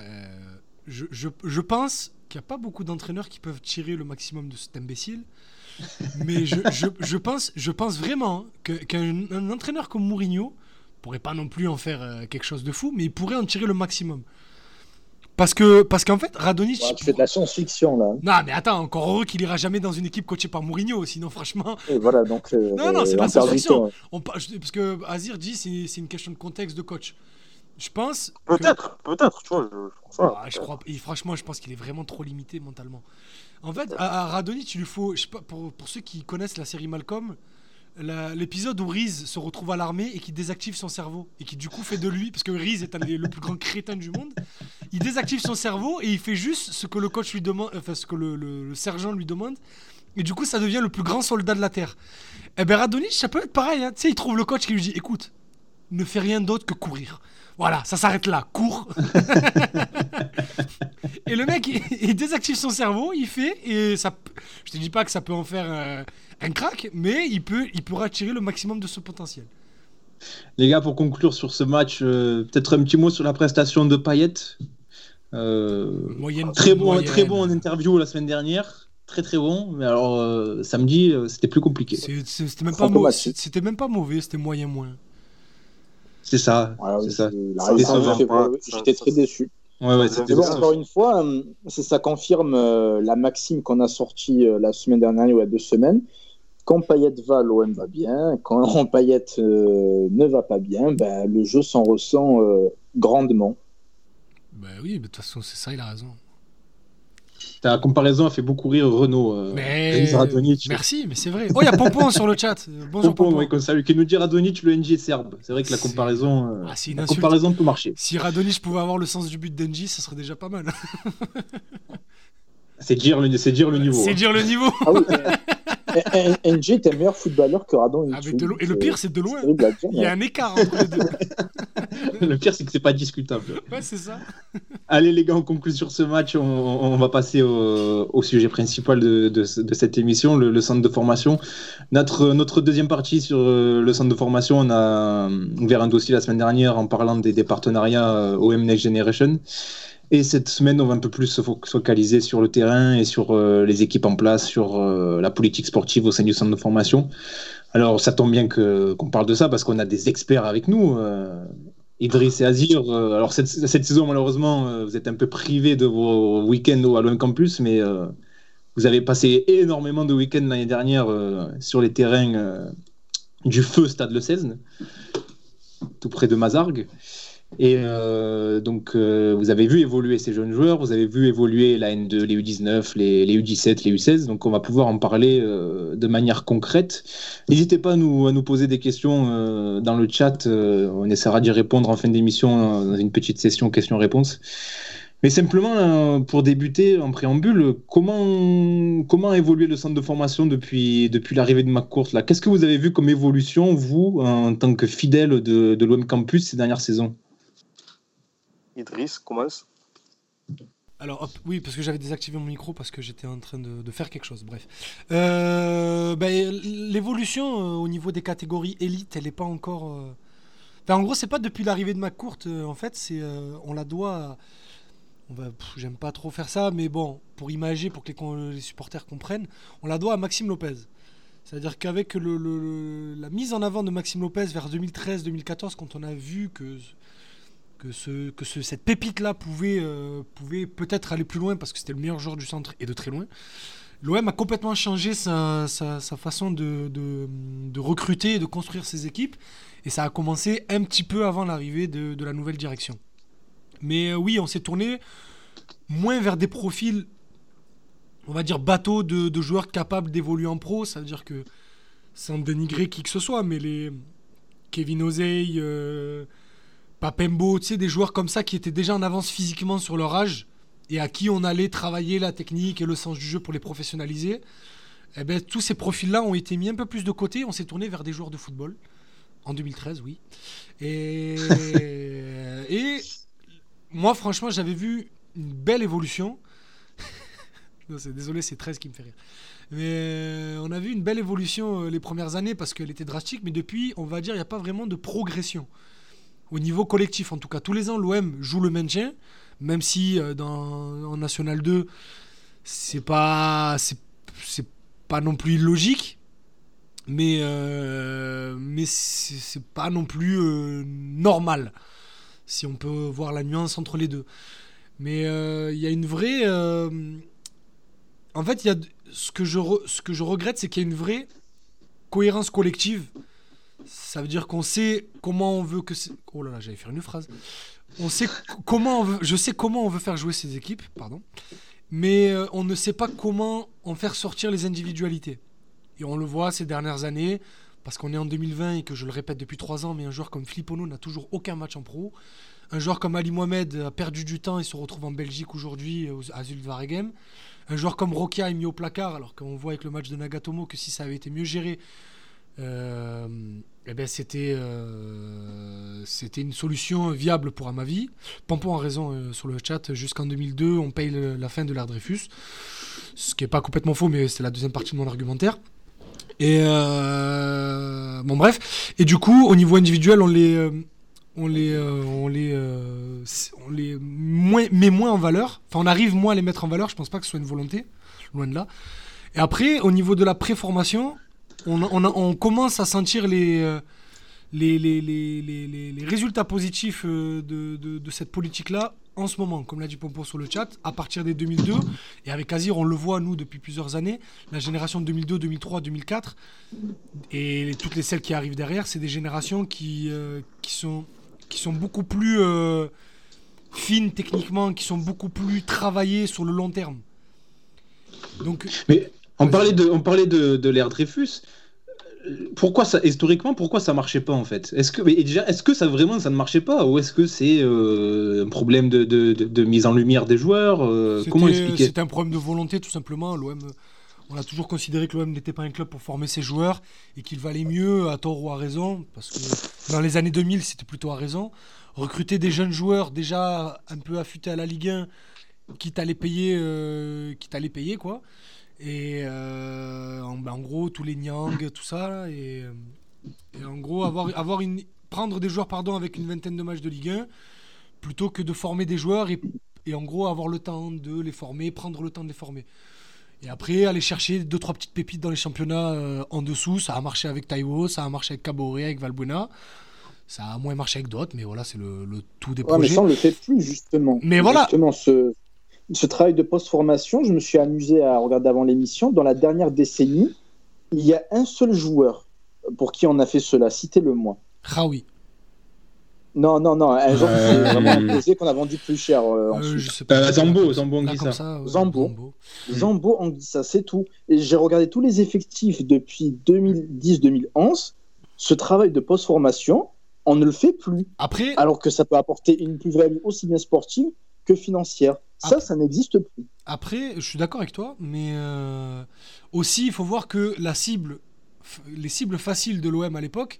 Je pense qu'il n'y a pas beaucoup d'entraîneurs qui peuvent tirer le maximum de cet imbécile. Mais je pense vraiment qu'un entraîneur comme Mourinho pourrait pas non plus en faire quelque chose de fou, mais il pourrait en tirer le maximum. Parce qu'en fait, Radonjic... Ouais, tu fais de la science-fiction, là. Non, mais attends, encore heureux qu'il ira jamais dans une équipe coachée par Mourinho, sinon franchement... Et voilà, donc... Non, c'est de la on perd du science-fiction. temps. Parce que Azir dit c'est une question de contexte de coach. Je pense... Peut-être, tu vois, je crois Ah, je crois, et franchement, je pense qu'il est vraiment trop limité mentalement. En fait, à Radonjic, il lui faut... Je sais pas, pour ceux qui connaissent la série Malcolm... L'épisode où Reese se retrouve à l'armée et qui désactive son cerveau et qui du coup fait de lui, parce que Reese est le plus grand crétin du monde, il désactive son cerveau et il fait juste ce que le coach lui demande, enfin ce que le sergent lui demande, et du coup ça devient le plus grand soldat de la Terre. Et ben Radonjic, ça peut être pareil, hein. Tu sais, il trouve le coach qui lui dit écoute, ne fais rien d'autre que courir. Voilà, ça s'arrête là, cours. Et le mec, il désactive son cerveau, il fait, et ça, je te dis pas que ça peut en faire un crack, mais il pourra tirer le maximum de ce potentiel. Les gars, pour conclure sur ce match, peut-être un petit mot sur la prestation de Payet. Très bon en interview la semaine dernière. Très très bon, mais alors samedi, c'était plus compliqué. C'était même pas mauvais, c'était moyen. C'est ça. Voilà, c'est ça. J'étais très déçu. Ouais, bon, encore une fois, ça confirme la maxime qu'on a sortie la semaine dernière ou il y a 2 semaines. Quand Payet va, l'OM va bien. Quand Payet ne va pas bien, ben, le jeu s'en ressent grandement. Ben oui, mais de toute façon, c'est ça, il a raison. Ta comparaison a fait beaucoup rire Renaud. Merci, mais c'est vrai. Oh, il y a Pompon sur le chat. Bonjour Pompon. Oui, comme ça, qui nous dit Radonjic, le NJ est serbe. C'est vrai que la comparaison, comparaison peut marcher. Si Radonjic pouvait avoir le sens du but d'NJ, ça serait déjà pas mal. C'est dire le niveau. C'est dire le niveau. Ah oui, NJ est un meilleur footballeur que Radonjic. Et le pire, c'est de loin. Il y a un écart entre les deux. Le pire, c'est que c'est pas discutable. Ouais, c'est ça. Allez, les gars, on conclut sur ce match. On va passer au sujet principal de cette émission, le centre de formation. Notre deuxième partie sur le centre de formation, on a ouvert un dossier la semaine dernière en parlant des partenariats OM Next Generation. Et cette semaine, on va un peu plus se focaliser sur le terrain et sur les équipes en place, sur la politique sportive au sein du centre de formation. Alors, ça tombe bien qu'on parle de ça parce qu'on a des experts avec nous. Idriss et Azir. Alors, cette saison, malheureusement, vous êtes un peu privés de vos week-ends à l'OM Campus, mais vous avez passé énormément de week-ends l'année dernière sur les terrains du feu Stade Le Cesne, tout près de Mazargues. Et donc, vous avez vu évoluer ces jeunes joueurs, vous avez vu évoluer la N2, les U19, les U17, les U16. Donc, on va pouvoir en parler de manière concrète. N'hésitez pas à nous poser des questions dans le chat. On essaiera d'y répondre en fin d'émission dans une petite session questions-réponses. Mais simplement, pour débuter en préambule, comment a évolué le centre de formation depuis l'arrivée de McCourt là ? Qu'est-ce que vous avez vu comme évolution, vous, en tant que fidèle de l'OM Campus ces dernières saisons ? Idriss, commence. Alors, hop, oui, parce que j'avais désactivé mon micro parce que j'étais en train de faire quelque chose. Bref. L'évolution au niveau des catégories élites, elle n'est pas encore... Enfin, en gros, c'est pas depuis l'arrivée de McCourt. En fait, on la doit... J'aime pas trop faire ça, mais bon, pour imager, pour que les supporters comprennent, on la doit à Maxime Lopez. C'est-à-dire qu'avec la mise en avant de Maxime Lopez vers 2013-2014, quand on a vu que cette pépite-là pouvait peut-être aller plus loin parce que c'était le meilleur joueur du centre et de très loin, l'OM a complètement changé sa façon de recruter et de construire ses équipes, et ça a commencé un petit peu avant l'arrivée de la nouvelle direction. Mais oui, on s'est tourné moins vers des profils, on va dire, bateaux de joueurs capables d'évoluer en pro. Ça veut dire que, sans dénigrer qui que ce soit, mais les Kevin Osei, Papembo, tu sais, des joueurs comme ça qui étaient déjà en avance physiquement sur leur âge et à qui on allait travailler la technique et le sens du jeu pour les professionnaliser, eh ben, tous ces profils-là ont été mis un peu plus de côté. On s'est tourné vers des joueurs de football. En 2013, oui. Et moi, franchement, j'avais vu une belle évolution. Désolé, c'est 13 qui me fait rire. Mais on a vu une belle évolution les premières années parce qu'elle était drastique. Mais depuis, on va dire, il n'y a pas vraiment de progression. Au niveau collectif, en tout cas. Tous les ans, l'OM joue le maintien. Même si en National 2, c'est pas pas non plus illogique, mais c'est pas non plus normal, si on peut voir la nuance entre les deux. Mais il y a une vraie... En fait, ce que je regrette, c'est qu'il y a une vraie cohérence collective. Ça veut dire qu'on sait comment on veut que... Oh là là, j'allais faire une phrase. On sait comment on veut... Je sais comment on veut faire jouer ces équipes, pardon. Mais on ne sait pas comment en faire sortir les individualités. Et on le voit ces dernières années, parce qu'on est en 2020 et que je le répète depuis 3 ans, mais un joueur comme Flipono n'a toujours aucun match en pro. Un joueur comme Ali Mohamed a perdu du temps et se retrouve en Belgique aujourd'hui à Zulte-Waregem. Un joueur comme Rokia est mis au placard, alors qu'on voit avec le match de Nagatomo que si ça avait été mieux géré, c'était une solution viable pour Amavi. Pampon a raison sur le chat, jusqu'en 2002 on paye la fin de l'ère Dreyfus, ce qui n'est pas complètement faux, mais c'est la deuxième partie de mon argumentaire. Et bon bref, et du coup au niveau individuel on les met moins en valeur, enfin on arrive moins à les mettre en valeur. Je pense pas que ce soit une volonté, loin de là. Et après au niveau de la préformation, on commence à sentir les résultats positifs de cette politique-là en ce moment, comme l'a dit Pompo sur le chat, à partir des 2002. Et avec Azir, on le voit, nous, depuis plusieurs années, la génération de 2002, 2003, 2004, et toutes celles qui arrivent derrière, c'est des générations qui sont beaucoup plus fines techniquement, qui sont beaucoup plus travaillées sur le long terme. Donc... Mais on parlait de l'ère Dreyfus. Historiquement, pourquoi ça marchait pas en fait? Est-ce que ça vraiment ça ne marchait pas, ou est-ce que c'est un problème de mise en lumière des joueurs? Comment expliquer? C'était un problème de volonté tout simplement. L'OM, on a toujours considéré que l'OM n'était pas un club pour former ses joueurs et qu'il valait mieux, à tort ou à raison, parce que dans les années 2000 c'était plutôt à raison, recruter des jeunes joueurs déjà un peu affûtés à la Ligue 1, quitte à les payer quoi. Et en gros tous les Niang, tout ça là, et en gros prendre des joueurs avec une vingtaine de matchs de Ligue 1 plutôt que de former des joueurs et en gros avoir le temps de les former, prendre le temps de les former. Et après aller chercher 2-3 petites pépites dans les championnats en dessous. Ça a marché avec Taiwo, ça a marché avec Caboret, avec Valbuena. Ça a moins marché avec d'autres, mais voilà, c'est le tout des projets. Mais ça on le fait plus justement. Mais voilà. Justement, ce travail de post-formation, je me suis amusé à regarder avant l'émission. Dans la dernière décennie, il y a un seul joueur pour qui on a fait cela. Citez-le-moi. Raoui. Non, un joueur qui s'est vraiment imposé, qu'on a vendu plus cher. Je sais pas. Zambo Anguissa. Zambo Anguissa, c'est tout. Et j'ai regardé tous les effectifs depuis 2010-2011. Ce travail de post-formation, on ne le fait plus. Après... Alors que ça peut apporter une plus-value aussi bien sportive que financière. Ça n'existe plus. Après, je suis d'accord avec toi, mais aussi, il faut voir que les cibles faciles de l'OM à l'époque,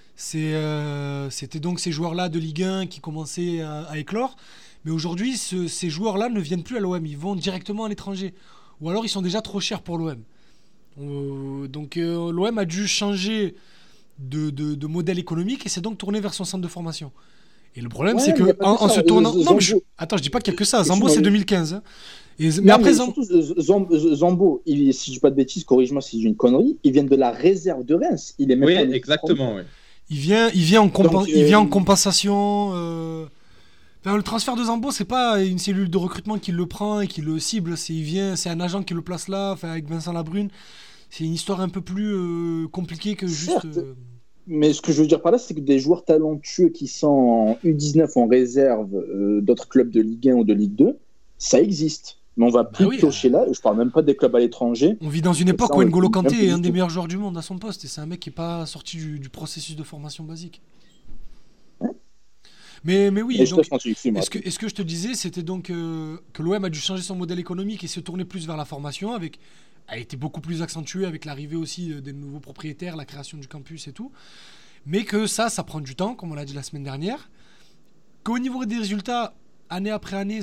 c'était donc ces joueurs-là de Ligue 1 qui commençaient à éclore. Mais aujourd'hui, ces joueurs-là ne viennent plus à l'OM, ils vont directement à l'étranger. Ou alors, ils sont déjà trop chers pour l'OM. Donc, l'OM a dû changer de modèle économique et s'est donc tourné vers son centre de formation. Et le problème, c'est que en se tournant... Non, mais je dis pas qu'il y a que ça. Zambo, c'est 2015. Hein. Mais après, surtout, Zambo, si je dis pas de bêtises, corrige-moi si j'ai une connerie, ils viennent de la réserve de Reims. Il est même pas exactement. Oui. Il vient en compensation. Le transfert de Zambo, c'est pas une cellule de recrutement qui le prend et qui le cible. C'est un agent qui le place là, avec Vincent Labrune. C'est une histoire un peu plus compliquée que juste... Mais ce que je veux dire par là, c'est que des joueurs talentueux qui sont en U19 en réserve d'autres clubs de Ligue 1 ou de Ligue 2, ça existe. Mais on va plus piocher là. Je parle même pas des clubs à l'étranger. On vit dans une époque où N'Golo Kanté est un des meilleurs joueurs du monde à son poste. Et c'est un mec qui n'est pas sorti du processus de formation basique. Ouais. Mais oui, donc, est-ce que je te disais, c'était donc que l'OM a dû changer son modèle économique et se tourner plus vers la formation, a été beaucoup plus accentué avec l'arrivée aussi des nouveaux propriétaires, la création du campus et tout. Mais que ça prend du temps, comme on l'a dit la semaine dernière. Qu'au niveau des résultats, année après année,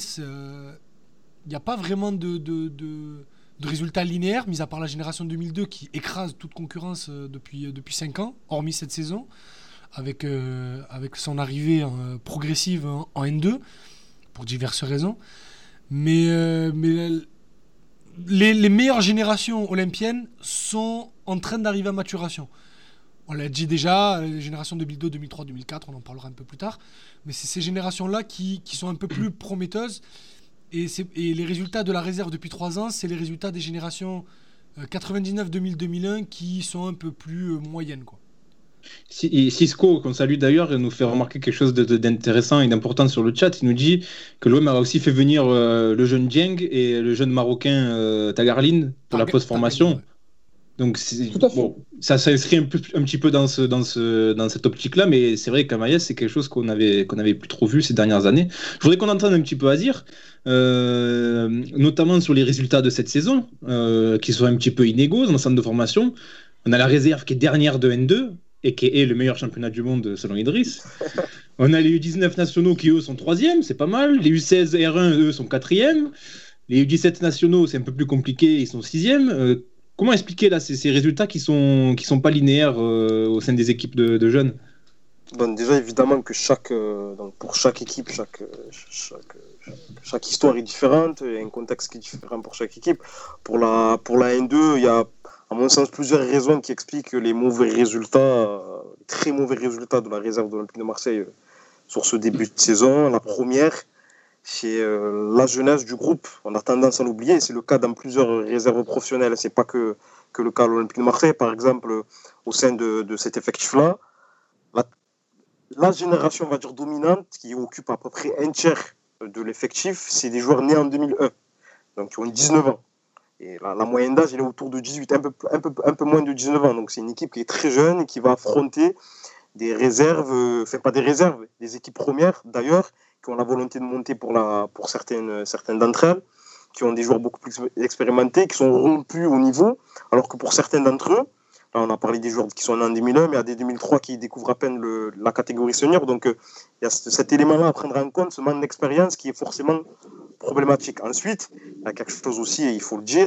il n'y a pas vraiment de résultats linéaires, mis à part la génération 2002 qui écrase toute concurrence depuis 5 ans, hormis cette saison, avec son arrivée progressive en N2, pour diverses raisons. Mais les meilleures générations olympiennes sont en train d'arriver à maturation. On l'a dit déjà, les générations 2002, 2003, 2004, on en parlera un peu plus tard. Mais c'est ces générations-là qui sont un peu plus prometteuses. Et les résultats de la réserve depuis 3 ans, c'est les résultats des générations 99, 2000, 2001 qui sont un peu plus moyennes, quoi. Cisco, qu'on salue d'ailleurs, nous fait remarquer quelque chose d'intéressant et d'important sur le chat. Il nous dit que l'OM a aussi fait venir le jeune Dieng et le jeune Marocain Tagarline pour la post-formation. Ouais. Donc bon, ça s'inscrit un petit peu dans cette optique-là, mais c'est vrai qu'Amaïs, c'est quelque chose qu'on avait plus trop vu ces dernières années. Je voudrais qu'on entende un petit peu Azir, notamment sur les résultats de cette saison, qui sont un petit peu inégaux dans le centre de formation. On a la réserve qui est dernière de N2 et qui est le meilleur championnat du monde selon Idriss. On a les U19 nationaux qui, eux, sont 3e, c'est pas mal. Les U16 R1, eux, sont 4e. Les U17 nationaux, c'est un peu plus compliqué, ils sont 6e. Comment expliquer là ces résultats qui sont pas linéaires au sein des équipes de jeunes? Bon, déjà, évidemment que donc pour chaque équipe, chaque histoire est différente, il y a un contexte qui est différent pour chaque équipe. Pour la N2, il y a, à mon sens, plusieurs raisons qui expliquent les très mauvais résultats de la réserve de l'Olympique de Marseille sur ce début de saison. La première, c'est la jeunesse du groupe. On a tendance à l'oublier. C'est le cas dans plusieurs réserves professionnelles. C'est pas que le cas à l'Olympique de Marseille. Par exemple, au sein de cet effectif-là, la génération, on va dire, dominante, qui occupe à peu près un tiers de l'effectif, c'est des joueurs nés en 2001, donc qui ont 19 ans. Et la moyenne d'âge, elle est autour de 18, un peu moins de 19 ans. Donc c'est une équipe qui est très jeune et qui va affronter des réserves, pas des réserves, des équipes premières d'ailleurs, qui ont la volonté de monter pour certaines d'entre elles, qui ont des joueurs beaucoup plus expérimentés, qui sont rompus au niveau, alors que pour certains d'entre eux, là on a parlé des joueurs qui sont nés en 2001, mais il y a des 2003 qui découvrent à peine la catégorie senior, donc il y a cet élément-là à prendre en compte, ce manque d'expérience qui est forcément problématique. Ensuite, il y a quelque chose aussi, et il faut le dire,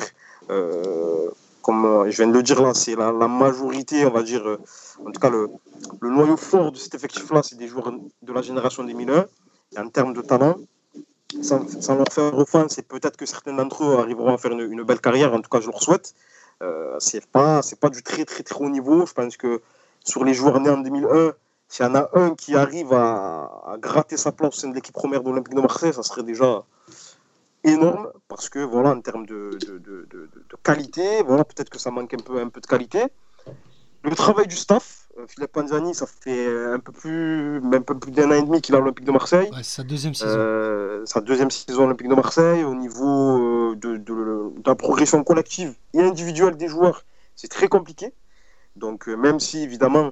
comme je viens de le dire là, c'est la majorité, on va dire, en tout cas le noyau fort de cet effectif-là, c'est des joueurs de la génération 2001, et en termes de talent, sans leur faire offense, et peut-être que certains d'entre eux arriveront à faire une belle carrière, en tout cas je leur souhaite. C'est pas du très très très haut niveau. Je pense que sur les joueurs nés en 2001, s'il y en a un qui arrive à gratter sa place au sein de l'équipe première de l'Olympique de Marseille, ça serait déjà énorme, parce que voilà, en termes de qualité, voilà, peut-être que ça manque un peu de qualité. Le travail du staff, Philippe Panzani, ça fait un peu plus d'un an et demi qu'il est à l'Olympique de Marseille. Ouais, c'est sa deuxième saison. Sa deuxième saison à l'Olympique de Marseille. Au niveau de la progression collective et individuelle des joueurs, c'est très compliqué. Donc même si évidemment,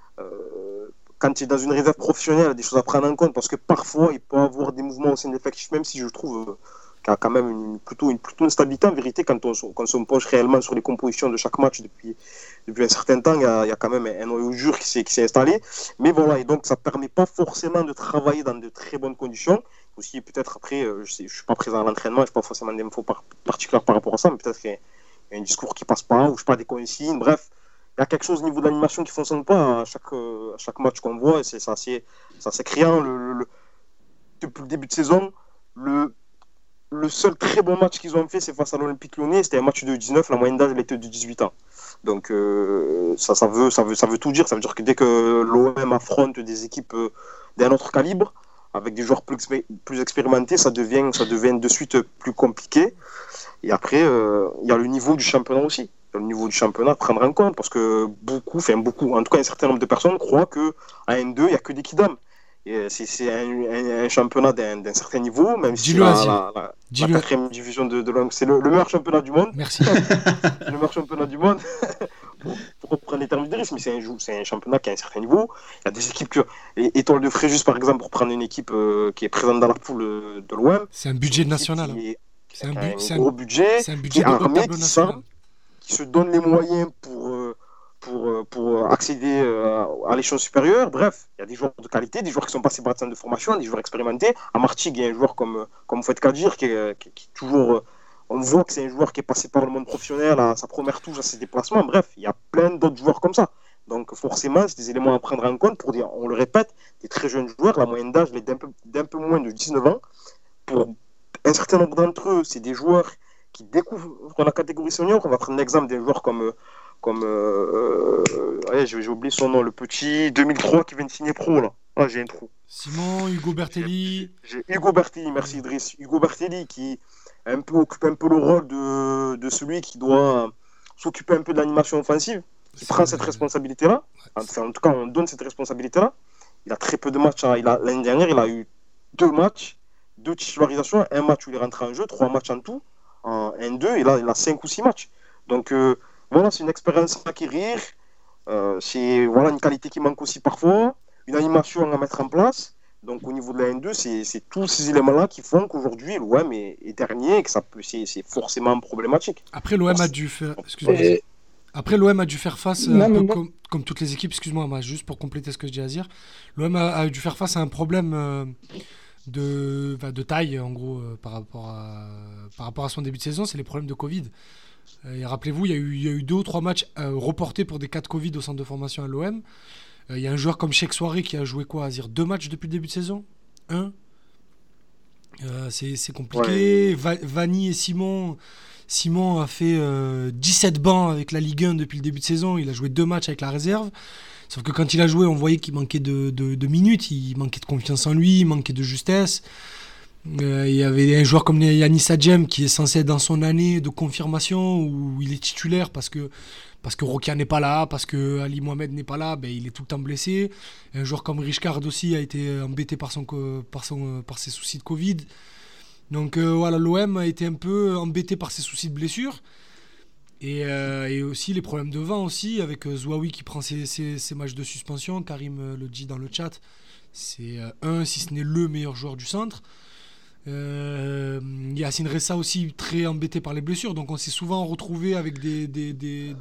quand tu es dans une réserve professionnelle, il y a des choses à prendre en compte, parce que parfois il peut y avoir des mouvements au sein de l'effectif, même si je trouve qu'il y a quand même plutôt une stabilité en vérité quand on se penche réellement sur les compositions de chaque match depuis un certain temps. Il y a quand même un noyau dur qui s'est installé, mais voilà, et donc ça ne permet pas forcément de travailler dans de très bonnes conditions. Aussi peut-être après, je ne suis pas présent à l'entraînement, je n'ai pas forcément d'infos particulières par rapport à ça, mais peut-être qu'il y a un discours qui ne passe pas, ou je sais pas, des consignes, bref, il y a quelque chose au niveau de l'animation qui ne fonctionne pas à chaque match qu'on voit, et c'est assez criant. Depuis le début de saison, le seul très bon match qu'ils ont fait, c'est face à l'Olympique Lyonnais. C'était un match de 19, la moyenne d'âge elle était de 18 ans. Donc ça veut tout dire. Ça veut dire que dès que l'OM affronte des équipes d'un autre calibre, avec des joueurs plus expérimentés, ça devient de suite plus compliqué. Et après, il y a le niveau du championnat aussi. Il y a le niveau du championnat à prendre en compte, parce que beaucoup, en tout cas un certain nombre de personnes croient qu'à N2, il n'y a que des kidams. C'est un championnat d'un certain niveau, même si la 4e division de l'OM, c'est le meilleur championnat du monde. Merci. C'est le meilleur championnat du monde, pour reprendre les termes de risque, mais c'est un championnat qui a un certain niveau. Il y a des équipes Étoile de Fréjus, par exemple, pour prendre une équipe qui est présente dans la poule de l'OM. C'est un budget national. C'est un gros budget, qui est armé, qui se donne les moyens pour accéder à l'échelon supérieur. Bref, il y a des joueurs de qualité, des joueurs qui sont passés par le centre de formation, des joueurs expérimentés. À Martigues, il y a un joueur comme Fouad Kadir qui est toujours... on voit que c'est un joueur qui est passé par le monde professionnel, à sa première touche, à ses déplacements. Bref, il y a plein d'autres joueurs comme ça. Donc forcément, c'est des éléments à prendre en compte pour dire, on le répète, des très jeunes joueurs, la moyenne d'âge est d'un peu moins de 19 ans. Pour un certain nombre d'entre eux, c'est des joueurs qui découvrent dans la catégorie senior. On va prendre l'exemple d'un joueur j'ai oublié son nom, le petit 2003 qui vient de signer pro là. Ah, j'ai un trou. Simon, Hugo Bertelli. J'ai Hugo Bertelli, merci Idriss. Hugo Bertelli qui occupe un peu le rôle de celui qui doit s'occuper un peu de l'animation offensive, qui prend cette responsabilité-là. Enfin, en tout cas, on donne cette responsabilité-là. Il a très peu de matchs. L'année dernière, il a eu 2 matchs, 2 titularisations, un match où il est rentré en jeu, 3 matchs en tout, en N2, et là, il a 5 ou 6 matchs. Donc, voilà, c'est une expérience à acquérir. C'est une qualité qui manque aussi parfois, une animation à mettre en place. Donc au niveau de la N2, c'est tous ces éléments-là qui font qu'aujourd'hui l'OM est dernier et que c'est forcément problématique. Après l'OM a dû faire, Après l'OM a dû faire face, comme toutes les équipes, excuse-moi, juste pour compléter ce que je dis à Azir, l'OM a dû faire face à un problème de taille en gros par rapport à son début de saison, c'est les problèmes de Covid. Et rappelez-vous, il y a eu 2 ou 3 matchs reportés pour des cas de Covid au centre de formation à l'OM. Il y a un joueur comme Cheikh Souaré qui a joué 2 matchs depuis le début de saison. 1. C'est compliqué. Ouais. Vanny et Simon a fait 17 bancs avec la Ligue 1 depuis le début de saison. Il a joué 2 matchs avec la réserve. Sauf que quand il a joué, on voyait qu'il manquait de minutes. Il manquait de confiance en lui, il manquait de justesse. Il y avait un joueur comme Yanis Adjem qui est censé être dans son année de confirmation où il est titulaire parce que Rokia n'est pas là, parce que Ali Mohamed n'est pas là, il est tout le temps blessé. Un joueur comme Richcard aussi a été embêté par ses soucis de Covid. Donc l'OM a été un peu embêté par ses soucis de blessure. Et aussi les problèmes de vent aussi, avec Zouaoui qui prend ses matchs de suspension. Karim le dit dans le chat, c'est si ce n'est le meilleur joueur du centre. Yacine Ressa aussi très embêté par les blessures, donc on s'est souvent retrouvé avec des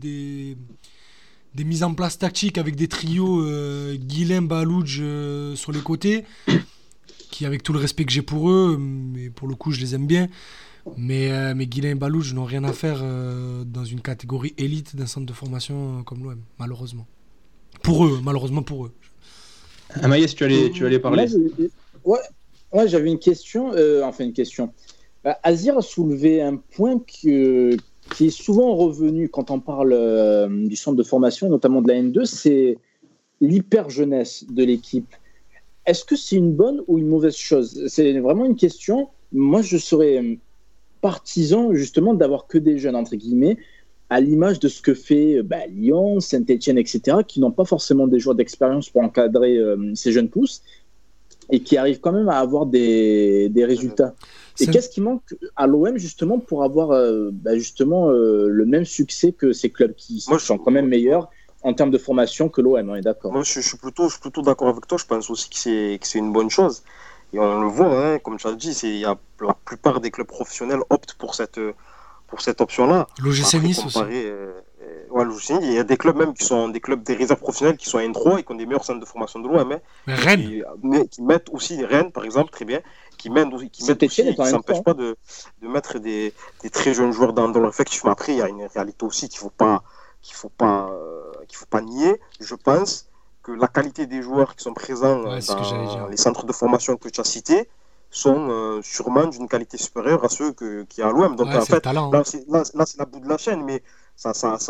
mises en place tactiques avec des trios Guilhem, Balouj sur les côtés, qui, avec tout le respect que j'ai pour eux, mais pour le coup je les aime bien, mais Guilhem et Balouj n'ont rien à faire dans une catégorie élite d'un centre de formation comme l'OM, malheureusement pour eux. Amaïs, tu allais parler. Ouais, j'avais une question. Azir a soulevé un point qui est souvent revenu quand on parle du centre de formation, notamment de la N2, c'est l'hyper-jeunesse de l'équipe. Est-ce que c'est une bonne ou une mauvaise chose ? C'est vraiment une question. Moi, je serais partisan justement d'avoir que des jeunes, entre guillemets, à l'image de ce que fait Lyon, Saint-Etienne, etc., qui n'ont pas forcément des joueurs d'expérience pour encadrer ces jeunes pousses, et qui arrivent quand même à avoir des résultats. Et qu'est-ce qui manque à l'OM justement pour avoir le même succès que ces clubs qui sont quand même meilleurs en termes de formation que l'OM, on est d'accord. Moi, je suis plutôt d'accord avec toi. Je pense aussi que c'est une bonne chose. Et on le voit, comme tu as dit, la plupart des clubs professionnels optent pour cette option-là. L'OGC Nice aussi. Il y a des clubs même qui sont des clubs des réserves professionnelles qui sont N3 et qui ont des meilleurs centres de formation de l'OM. Rennes. Qui mettent aussi des Rennes, par exemple, très bien. Qui s'empêchent pas de mettre des très jeunes joueurs dans leur effectif. Mais après, il y a une réalité aussi qu'il faut pas nier. Je pense que la qualité des joueurs qui sont présents dans les centres de formation que tu as cités sont sûrement d'une qualité supérieure à ceux qu'il y a à l'OM. Donc en fait, là c'est la bout de la chaîne, mais ça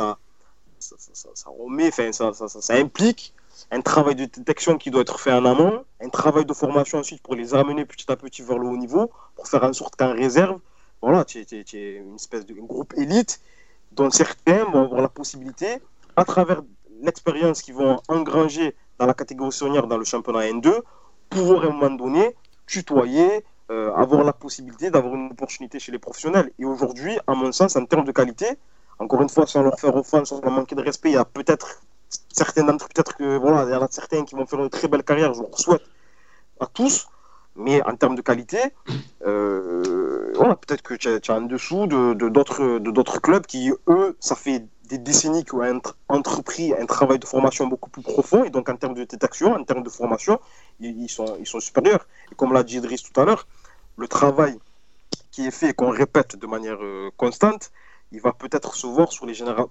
implique un travail de détection qui doit être fait en amont, un travail de formation ensuite pour les amener petit à petit vers le haut niveau, pour faire en sorte qu'en réserve, tu es une espèce de groupe élite dont certains vont avoir la possibilité, à travers l'expérience qu'ils vont engranger dans la catégorie senior dans le championnat N2, pouvoir à un moment donné tutoyer, avoir la possibilité d'avoir une opportunité chez les professionnels. Et aujourd'hui, à mon sens, en termes de qualité, encore une fois, sans leur faire offense, sans leur manquer de respect, il y a peut-être certains d'entre eux, il y en a certains qui vont faire une très belle carrière, je leur souhaite à tous, mais en termes de qualité, peut-être que tu es en dessous de d'autres clubs qui, eux, ça fait des décennies qui ont entrepris un travail de formation beaucoup plus profond, et donc en termes de détection, en termes de formation, ils sont supérieurs. Et comme l'a dit Idriss tout à l'heure, le travail qui est fait et qu'on répète de manière constante, il va peut-être se voir sur les générations,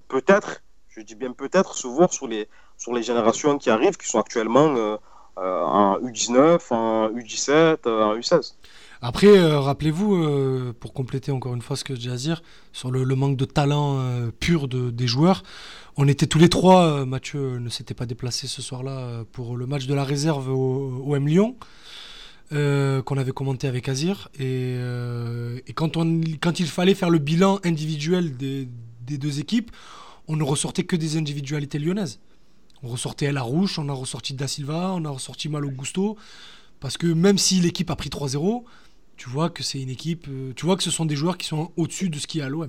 sur les générations qui arrivent, qui sont actuellement en U19, en U17, en U16. Après, rappelez-vous, pour compléter encore une fois ce que j'ai à dire, sur le manque de talent pur des joueurs, on était tous les trois, Mathieu ne s'était pas déplacé ce soir-là pour le match de la réserve au M Lyon, qu'on avait commenté avec Azir. Et quand il fallait faire le bilan individuel des deux équipes, on ne ressortait que des individualités lyonnaises. On ressortait El Arouche, on a ressorti Da Silva, on a ressorti Malo Gusto, parce que même si l'équipe a pris 3-0, tu vois que c'est une équipe, tu vois que ce sont des joueurs qui sont au-dessus de ce qu'il y a à l'OM.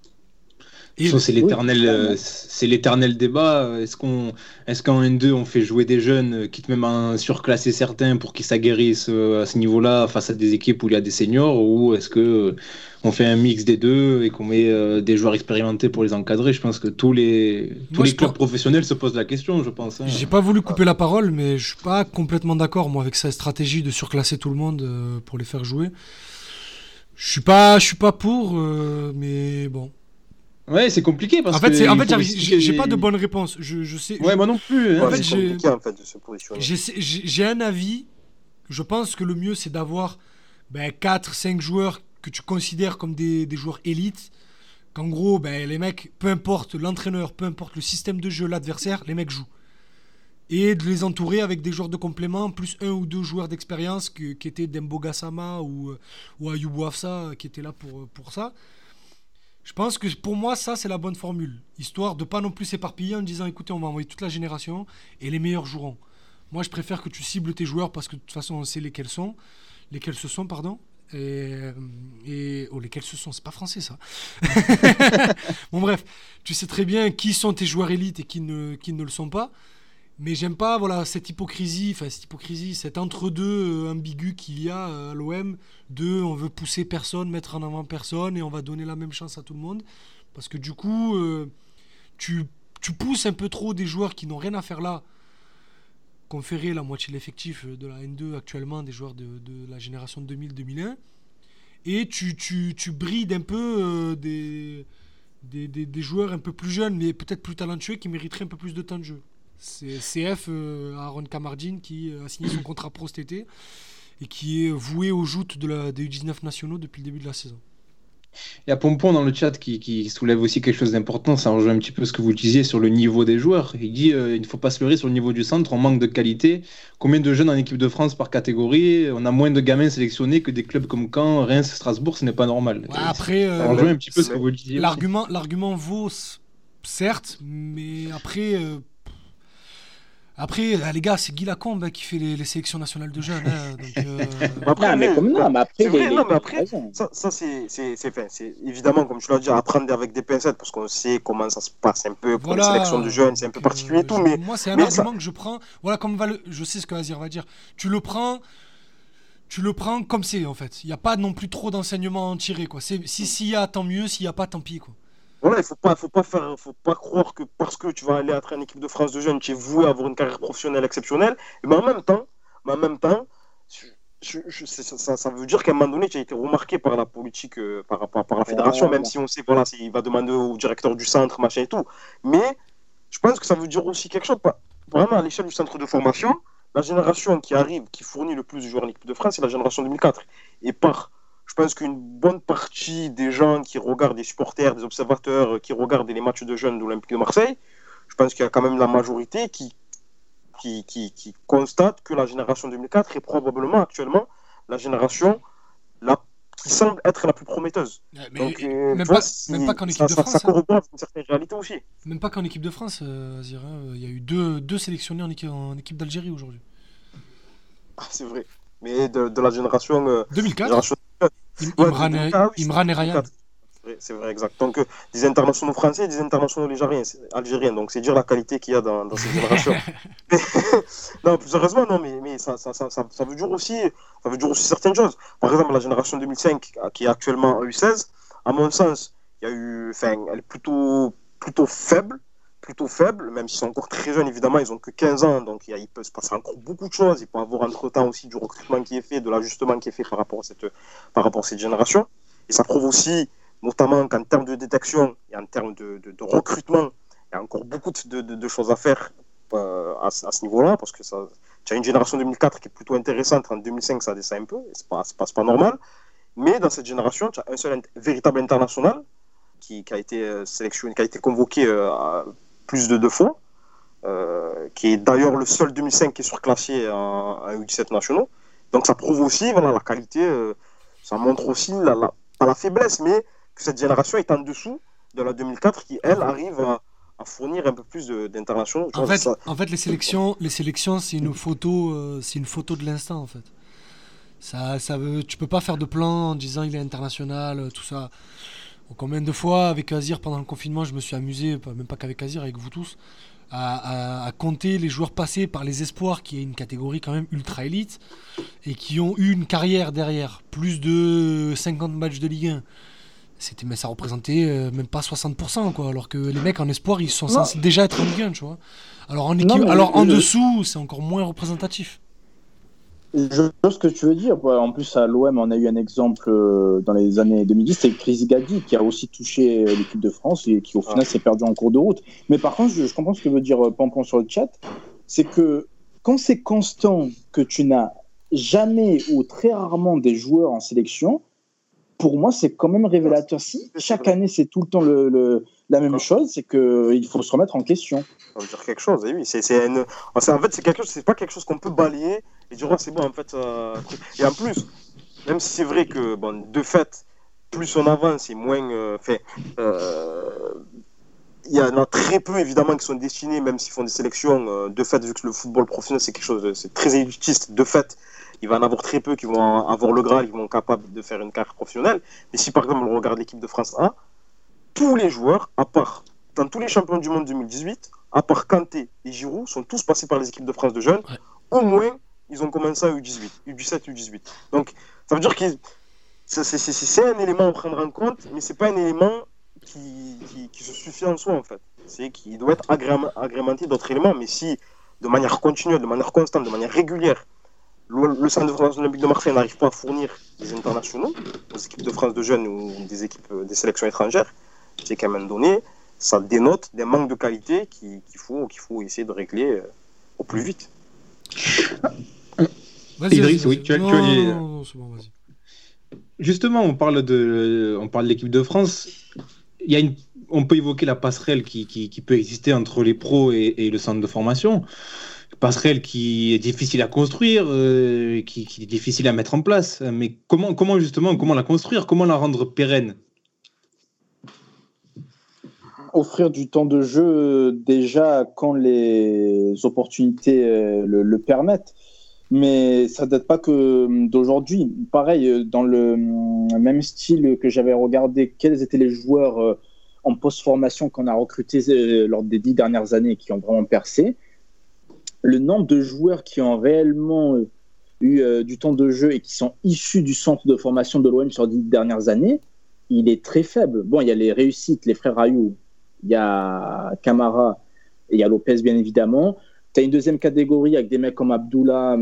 Et c'est l'éternel débat. Est-ce qu'en N2 on fait jouer des jeunes, quitte même à surclasser certains pour qu'ils s'aguerrissent à ce niveau-là face à des équipes où il y a des seniors, ou est-ce que on fait un mix des deux et qu'on met des joueurs expérimentés pour les encadrer? Je pense que tous les clubs professionnels se posent la question, je pense. J'ai pas voulu couper la parole, mais je suis pas complètement d'accord moi avec cette stratégie de surclasser tout le monde pour les faire jouer. Je suis pas pour, mais bon. Ouais, c'est compliqué parce en fait, que j'ai pas de bonne réponse. Je sais. Ouais, moi non plus. En fait, c'est compliqué en fait de se positionner. J'ai un avis. Je pense que le mieux c'est d'avoir 4-5 joueurs que tu considères comme des joueurs élites. Qu'en gros, les mecs, peu importe l'entraîneur, peu importe le système de jeu, l'adversaire, les mecs jouent. Et de les entourer avec des joueurs de complément, plus 1 ou 2 joueurs d'expérience qui étaient Dembo Gassama ou Ayoubou Afsa qui étaient là pour ça. Je pense que pour moi, ça, c'est la bonne formule. Histoire de pas non plus s'éparpiller en disant, écoutez, on va envoyer toute la génération et les meilleurs joueront. Moi, je préfère que tu cibles tes joueurs parce que de toute façon, on sait lesquels ce sont, pardon. Lesquels ce sont, c'est pas français, ça. Bon, bref, tu sais très bien qui sont tes joueurs élites et qui ne le sont pas. Mais j'aime pas cette hypocrisie, cet entre-deux ambigu qu'il y a à l'OM de on veut pousser personne, mettre en avant personne et on va donner la même chance à tout le monde. Parce que du coup, tu pousses un peu trop des joueurs qui n'ont rien à faire là, conférer la moitié de l'effectif de la N2 actuellement, des joueurs de la génération 2000-2001, et tu brides un peu des joueurs un peu plus jeunes, mais peut-être plus talentueux, qui mériteraient un peu plus de temps de jeu. C'est CF, Aaron Kamardine, qui a signé son contrat pro cet été et qui est voué aux joutes des U19 nationaux depuis le début de la saison. Il y a Pompon dans le chat qui soulève aussi quelque chose d'important, ça rejoint un petit peu ce que vous disiez sur le niveau des joueurs. Il dit il ne faut pas se leurrer sur le niveau du centre, on manque de qualité. Combien de jeunes en équipe de France par catégorie? On a moins de gamins sélectionnés que des clubs comme Caen, Reims, Strasbourg, ce n'est pas normal. Ouais, après, ça rejoint un petit peu ce que vous disiez. L'argument vaut, certes, mais après, les gars, c'est Guy Lacombe qui fait les sélections nationales de jeunes. C'est évidemment, comme tu l'as dit, à prendre avec des pincettes parce qu'on sait comment ça se passe un peu pour les sélections de jeunes, c'est un peu particulier et tout. Moi, c'est un argument que je prends. Voilà, je sais ce que Azir va dire. Tu le prends comme c'est, en fait. Il n'y a pas non plus trop d'enseignements à en tirer, quoi. S'il y a, tant mieux. S'il n'y a pas, tant pis, quoi. Voilà, il faut pas croire que parce que tu vas aller être en équipe de France de jeunes, tu es voué à avoir une carrière professionnelle exceptionnelle. Mais en même temps, ça veut dire qu'à un moment donné, tu as été remarqué par la politique, par la fédération, même si on sait, il va demander au directeur du centre, machin et tout. Mais je pense que ça veut dire aussi quelque chose. Vraiment, à l'échelle du centre de formation, la génération qui arrive, qui fournit le plus de joueurs en équipe de France, c'est la génération 2004. Et je pense qu'une bonne partie des gens qui regardent, des supporters, des observateurs qui regardent les matchs de jeunes de l'Olympique de Marseille, je pense qu'il y a quand même la majorité qui constate que la génération 2004 est probablement actuellement la génération qui semble être la plus prometteuse. Même pas qu'en équipe de France. Ça corrobore une certaine réalité aussi. Même pas qu'en équipe de France, Azir. Il y a eu deux sélectionnés en équipe d'Algérie aujourd'hui. Ah, c'est vrai. Mais de la génération 2004. Imran et Ryan. C'est vrai, exact. Donc, des internationaux français et des internationaux algériens. Donc, c'est dire la qualité qu'il y a dans cette génération. Non, plus sérieusement, non, mais ça veut dire aussi certaines choses. Par exemple, la génération 2005, qui est actuellement en U16, à mon sens, elle est plutôt faible, même s'ils sont encore très jeunes, évidemment, ils n'ont que 15 ans, donc il peut se passer encore beaucoup de choses. Il peut y avoir entre-temps aussi du recrutement qui est fait, de l'ajustement qui est fait par rapport à cette génération. Et ça prouve aussi, notamment qu'en termes de détection et en termes de recrutement, il y a encore beaucoup de choses à faire à ce niveau-là, parce que tu as une génération 2004 qui est plutôt intéressante, en 2005 ça descend un peu, et c'est pas normal, mais dans cette génération, tu as un seul véritable international qui a été sélectionné, qui a été convoqué plus de 2 fois, qui est d'ailleurs le seul 2005 qui est surclassé en U17 nationaux. Donc ça prouve aussi la qualité, ça montre aussi pas la faiblesse, mais que cette génération est en dessous de la 2004 qui, elle, arrive à fournir un peu plus d'internationaux. En fait, les sélections, c'est une photo de l'instant, en fait. Tu peux pas faire de plan en disant il est international, tout ça. Donc, combien de fois, avec Azir, pendant le confinement, je me suis amusé, même pas qu'avec Azir, avec vous tous, à compter les joueurs passés par les espoirs, qui est une catégorie quand même ultra élite, et qui ont eu une carrière derrière, plus de 50 matchs de Ligue 1. Mais ça représentait même pas 60%, quoi, alors que les mecs en espoir, ils sont censés déjà être en Ligue 1, tu vois. Alors en dessous, c'est encore moins représentatif. Je pense ce que tu veux dire. En plus, à l'OM, on a eu un exemple dans les années 2010, c'est Chris Gadi qui a aussi touché l'équipe de France et qui, au final, s'est perdu en cours de route. Mais par contre, je comprends ce que veut dire Pampon sur le chat. C'est que quand c'est constant, que tu n'as jamais ou très rarement des joueurs en sélection, pour moi, c'est quand même révélateur. Si chaque année, c'est tout le temps la même chose, c'est qu'il faut se remettre en question. Ça veut dire quelque chose, et oui. En fait, c'est pas quelque chose qu'on peut balayer et dire, c'est bon, en fait. Et en plus, même si c'est vrai que, de fait, plus on avance et moins. Il y en a très peu, évidemment, qui sont destinés, même s'ils font des sélections. De fait, vu que le football professionnel, c'est très élitiste, de fait. Il va en avoir très peu qui vont avoir le Graal, qui vont être capables de faire une carrière professionnelle. Mais si par exemple on regarde l'équipe de France A, tous les joueurs, à part dans tous les champions du monde 2018, à part Kanté et Giroud, sont tous passés par les équipes de France de jeunes. Au moins, ils ont commencé à U18, U17, U18. Donc ça veut dire que c'est un élément à prendre en compte, mais c'est pas un élément qui se suffit en soi en fait. C'est qu'il doit être agrémenté d'autres éléments. Mais si de manière continuelle, de manière constante, de manière régulière, le Centre de formation olympique de Marseille n'arrive pas à fournir des internationaux aux équipes de France de jeunes ou des sélections étrangères, c'est qu'à un moment donné, ça dénote des manques de qualité qu'il faut essayer de régler au plus vite. Idriss, oui, tu as dit. Non, c'est bon, vas-y. Justement, on parle de l'équipe de France. On peut évoquer la passerelle qui peut exister entre les pros et le centre de formation. Passerelle qui est difficile à construire, qui est difficile à mettre en place. Mais comment la construire? Comment la rendre pérenne? Offrir du temps de jeu déjà quand les opportunités le permettent. Mais ça ne date pas que d'aujourd'hui. Pareil, dans le même style que j'avais regardé, quels étaient les joueurs en post-formation qu'on a recrutés lors des 10 dernières années qui ont vraiment percé. Le nombre de joueurs qui ont réellement eu du temps de jeu et qui sont issus du centre de formation de l'OM sur les 10 dernières années, il est très faible. Bon, il y a les réussites, les frères Rayou, il y a Camara et il y a Lopez, bien évidemment. Tu as une deuxième catégorie avec des mecs comme Abdullah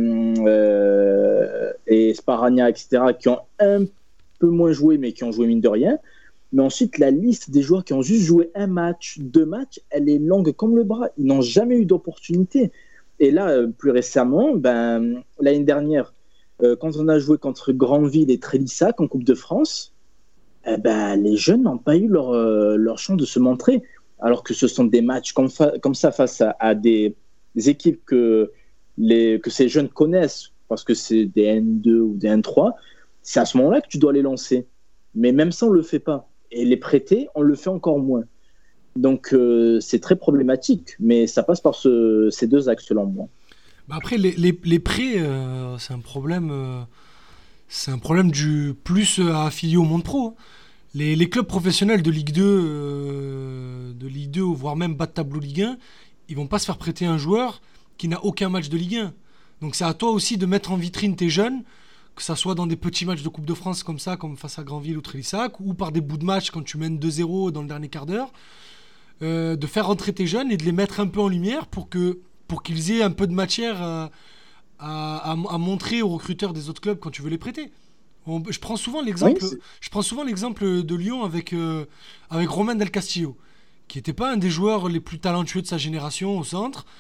et Sparagna, etc., qui ont un peu moins joué, mais qui ont joué mine de rien. Mais ensuite, la liste des joueurs qui ont juste joué un match, 2 matchs, elle est longue comme le bras. Ils n'ont jamais eu d'opportunité. Et là, plus récemment, l'année dernière, quand on a joué contre Granville et Trélissac en Coupe de France, les jeunes n'ont pas eu leur chance de se montrer. Alors que ce sont des matchs comme ça face à des équipes que ces jeunes connaissent, parce que c'est des N2 ou des N3, c'est à ce moment-là que tu dois les lancer. Mais même ça, on ne le fait pas. Et les prêter, on le fait encore moins. Donc c'est très problématique, mais ça passe par ces 2 axes selon moi. Après, les prêts, c'est un problème du plus affilié au monde pro. Les clubs professionnels de Ligue 2, voire même bas de tableau Ligue 1, ils vont pas se faire prêter un joueur qui n'a aucun match de Ligue 1. Donc c'est à toi aussi de mettre en vitrine tes jeunes, que ça soit dans des petits matchs de Coupe de France comme ça, comme face à Granville ou Trélissac, ou par des bouts de match quand tu mènes 2-0 dans le dernier quart d'heure, de faire rentrer tes jeunes et de les mettre un peu en lumière pour qu'ils aient un peu de matière à montrer aux recruteurs des autres clubs quand tu veux les prêter. Je prends souvent l'exemple de Lyon avec Romain Del Castillo, qui n'était pas un des joueurs les plus talentueux de sa génération au centre,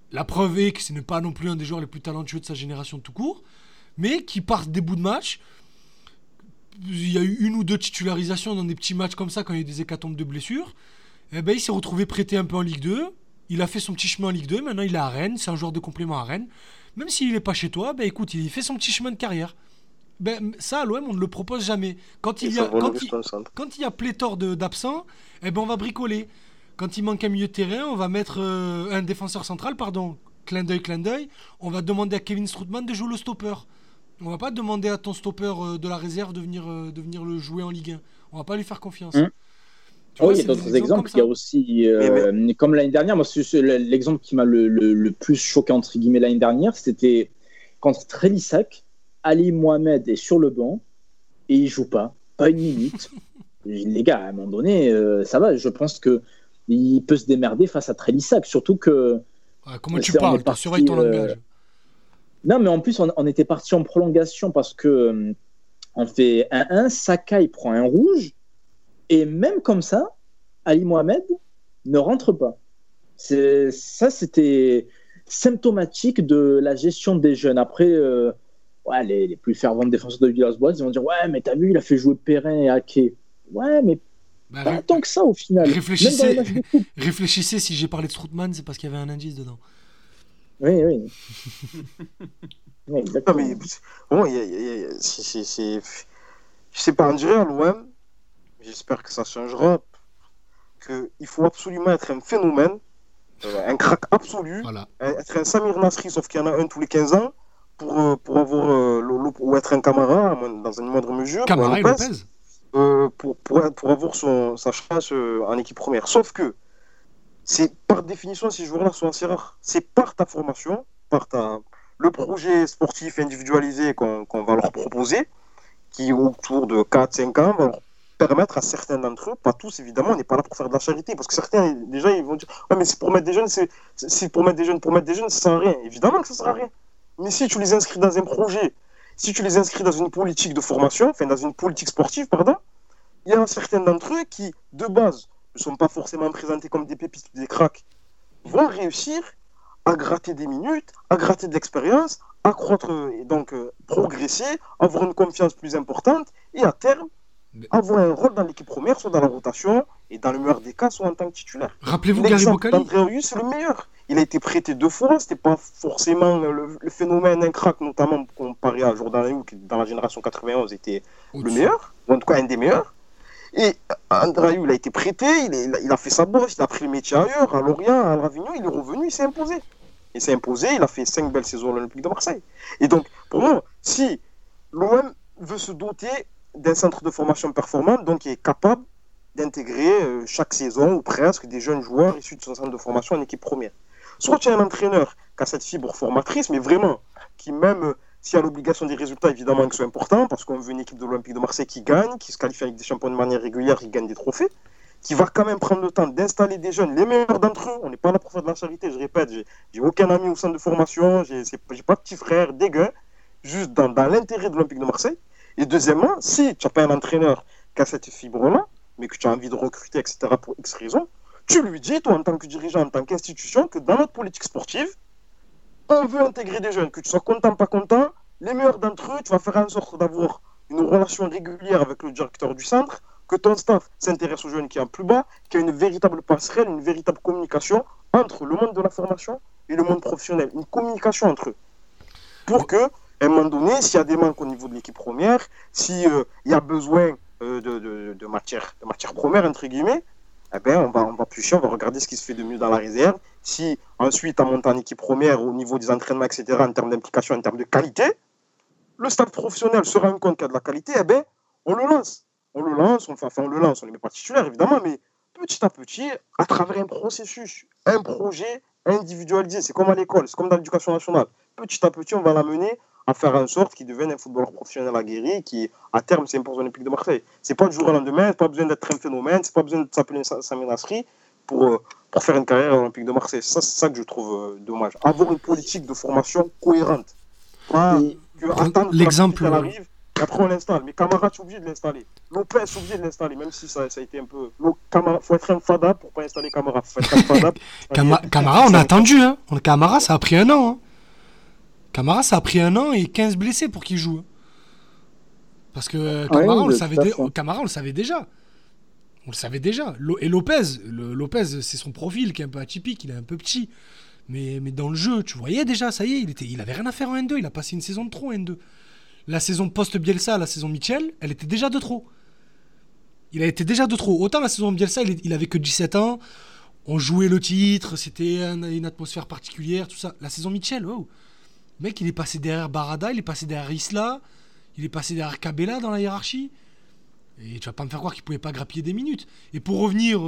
La preuve est que ce n'est pas non plus un des joueurs les plus talentueux de sa génération tout court, mais qui part des bouts de match. Il y a eu 1 ou 2 titularisations dans des petits matchs comme ça quand il y a eu des hécatombes de blessures. Et ben, il s'est retrouvé prêté un peu en Ligue 2. Il a fait son petit chemin en Ligue 2. Maintenant, il est à Rennes. C'est un joueur de complément à Rennes. Même s'il n'est pas chez toi, ben, écoute, il fait son petit chemin de carrière. Ben, ça, à l'OM, on ne le propose jamais. Quand il y a pléthore d'absents, eh ben, on va bricoler. Quand il manque un milieu de terrain, on va mettre un défenseur central, clin d'œil. On va demander à Kevin Strootman de jouer le stopper. On va pas demander à ton stopper de la réserve de venir le jouer en Ligue 1. On va pas lui faire confiance. Tu vois, il y a d'autres exemples. Il y a aussi, comme l'année dernière, moi, l'exemple qui m'a le plus choqué, entre guillemets, l'année dernière, c'était contre Trélissac. Ali Mohamed est sur le banc et il joue pas 1 minute. Les gars, à un moment donné, ça va. Je pense qu'il peut se démerder face à Trélissac. Surtout que. Comment tu parles ? Tu surveilles ton langage. Non, mais en plus, on était parti en prolongation parce que on fait 1-1. Sakai prend un rouge. Et même comme ça, Ali Mohamed ne rentre pas. C'était symptomatique de la gestion des jeunes. Après, les plus fervents défenseurs de Villas-Boas, ils vont dire « Ouais, mais t'as vu, il a fait jouer Perrin et Ake. » Ouais, mais pas tant que ça au final. Réfléchissez, si j'ai parlé de Strootman, c'est parce qu'il y avait un indice dedans. Oui. Oui, exactement. Non, mais je sais pas, on dirait à l'OM, j'espère que ça changera, qu'il faut absolument être un phénomène, un crack absolu, être un Samir Nasri, sauf qu'il y en a un tous les 15 ans, pour avoir ou être un Camara, dans une moindre mesure, Camara et Lopez. Pour avoir sa chance en équipe première. Sauf que, c'est par définition, ces joueurs-là sont assez rares. C'est par ta formation, le projet sportif individualisé qu'on va leur proposer, qui autour de 4-5 ans va leur permettre à certains d'entre eux, pas tous évidemment, on n'est pas là pour faire de la charité, parce que certains déjà ils vont dire ouais mais c'est pour mettre des jeunes, c'est pour mettre des jeunes, ça sert à rien. Évidemment que ça sert à rien. Mais si tu les inscris dans un projet, si tu les inscris dans une politique de formation, dans une politique sportive, il y en a certains d'entre eux qui de base ne sont pas forcément présentés comme des pépites, des cracks, vont réussir à gratter des minutes, à gratter de l'expérience, à croître et donc progresser, avoir une confiance plus importante et à terme avoir un rôle dans l'équipe première, soit dans la rotation et dans le meilleur des cas, soit en tant que titulaire. Rappelez-vous Gary Bocali. André Rieu, c'est le meilleur. Il a été prêté 2 fois, c'était pas forcément le phénomène, un crack, notamment comparé à Jordan Ayew qui dans la génération 91 était le meilleur, ou en tout cas un des meilleurs. Et André Ayew, il a été prêté, il a fait sa bosse, il a pris le métier ailleurs, à Lorient, à Avignon, il est revenu, il s'est imposé. Il a fait 5 belles saisons à l'Olympique de Marseille. Et donc, pour moi, si l'OM veut se doter d'un centre de formation performant, donc qui est capable d'intégrer chaque saison ou presque des jeunes joueurs issus de son centre de formation en équipe première. Soit tu as un entraîneur qui a cette fibre formatrice, mais vraiment, qui même s'il y a l'obligation des résultats, évidemment que c'est important, parce qu'on veut une équipe de l'Olympique de Marseille qui gagne, qui se qualifie avec des champions de manière régulière, qui gagne des trophées, qui va quand même prendre le temps d'installer des jeunes, les meilleurs d'entre eux. On n'est pas là pour faire de la charité, je répète, j'ai aucun ami au centre de formation, j'ai pas de petit frère, des gars, juste dans l'intérêt de l'Olympique de Marseille. Et deuxièmement, si tu n'as pas un entraîneur qui a cette fibre-là, mais que tu as envie de recruter, etc., pour X raisons, tu lui dis, toi, en tant que dirigeant, en tant qu'institution, que dans notre politique sportive, on veut intégrer des jeunes, que tu sois content, pas content, les meilleurs d'entre eux, tu vas faire en sorte d'avoir une relation régulière avec le directeur du centre, que ton staff s'intéresse aux jeunes qui sont plus bas, qu'il y a une véritable passerelle, une véritable communication entre le monde de la formation et le monde professionnel, une communication entre eux. Pour que, à un moment donné, s'il y a des manques au niveau de l'équipe première, s'il y a besoin de matière première, entre guillemets, eh ben, on va piocher, on va regarder ce qui se fait de mieux dans la réserve. Si ensuite, en montant en équipe première, au niveau des entraînements, etc., en termes d'implication, en termes de qualité, le staff professionnel se rend compte qu'il y a de la qualité, eh ben, on le lance. On le lance, on ne le met pas titulaire, évidemment, mais petit à petit, à travers un processus, un projet individualisé. C'est comme à l'école, c'est comme dans l'éducation nationale. Petit à petit, on va l'amener à faire en sorte qu'il devienne un footballeur professionnel aguerri qui, à terme, s'impose à l'Olympique de Marseille. C'est pas du jour au lendemain, c'est pas besoin d'être un phénomène, c'est pas besoin de s'appeler Samir Nasri pour faire une carrière à l'Olympique de Marseille. Ça, c'est ça que je trouve dommage. Avoir une politique de formation cohérente. Pas attendre que l'exemple arrive Et après, on l'installe. Mais Camara, tu es obligé de l'installer. Lopez, tu es obligé de l'installer, même si ça a été un peu. Il faut être un fada pour ne pas installer Camara. Faut être un fada Camara, on a attendu. Hein. Camara, ça a pris un an. Hein. Camara, ça a pris un an et 15 blessés pour qu'il joue. Parce que Camara, Camara, on le savait déjà. On le savait déjà. Et Lopez, c'est son profil qui est un peu atypique. Il est un peu petit. Mais dans le jeu, tu voyais déjà, ça y est, il avait rien à faire en N2. Il a passé une saison de trop en N2. La saison post-Bielsa, la saison Mitchell, elle était déjà de trop. Il a été déjà de trop. Autant la saison Bielsa, il avait que 17 ans. On jouait le titre, c'était une atmosphère particulière, tout ça. La saison Mitchell, wow. Le mec, il est passé derrière Barada, il est passé derrière Isla, il est passé derrière Cabella dans la hiérarchie. Et tu vas pas me faire croire qu'il pouvait pas grappiller des minutes. Et pour revenir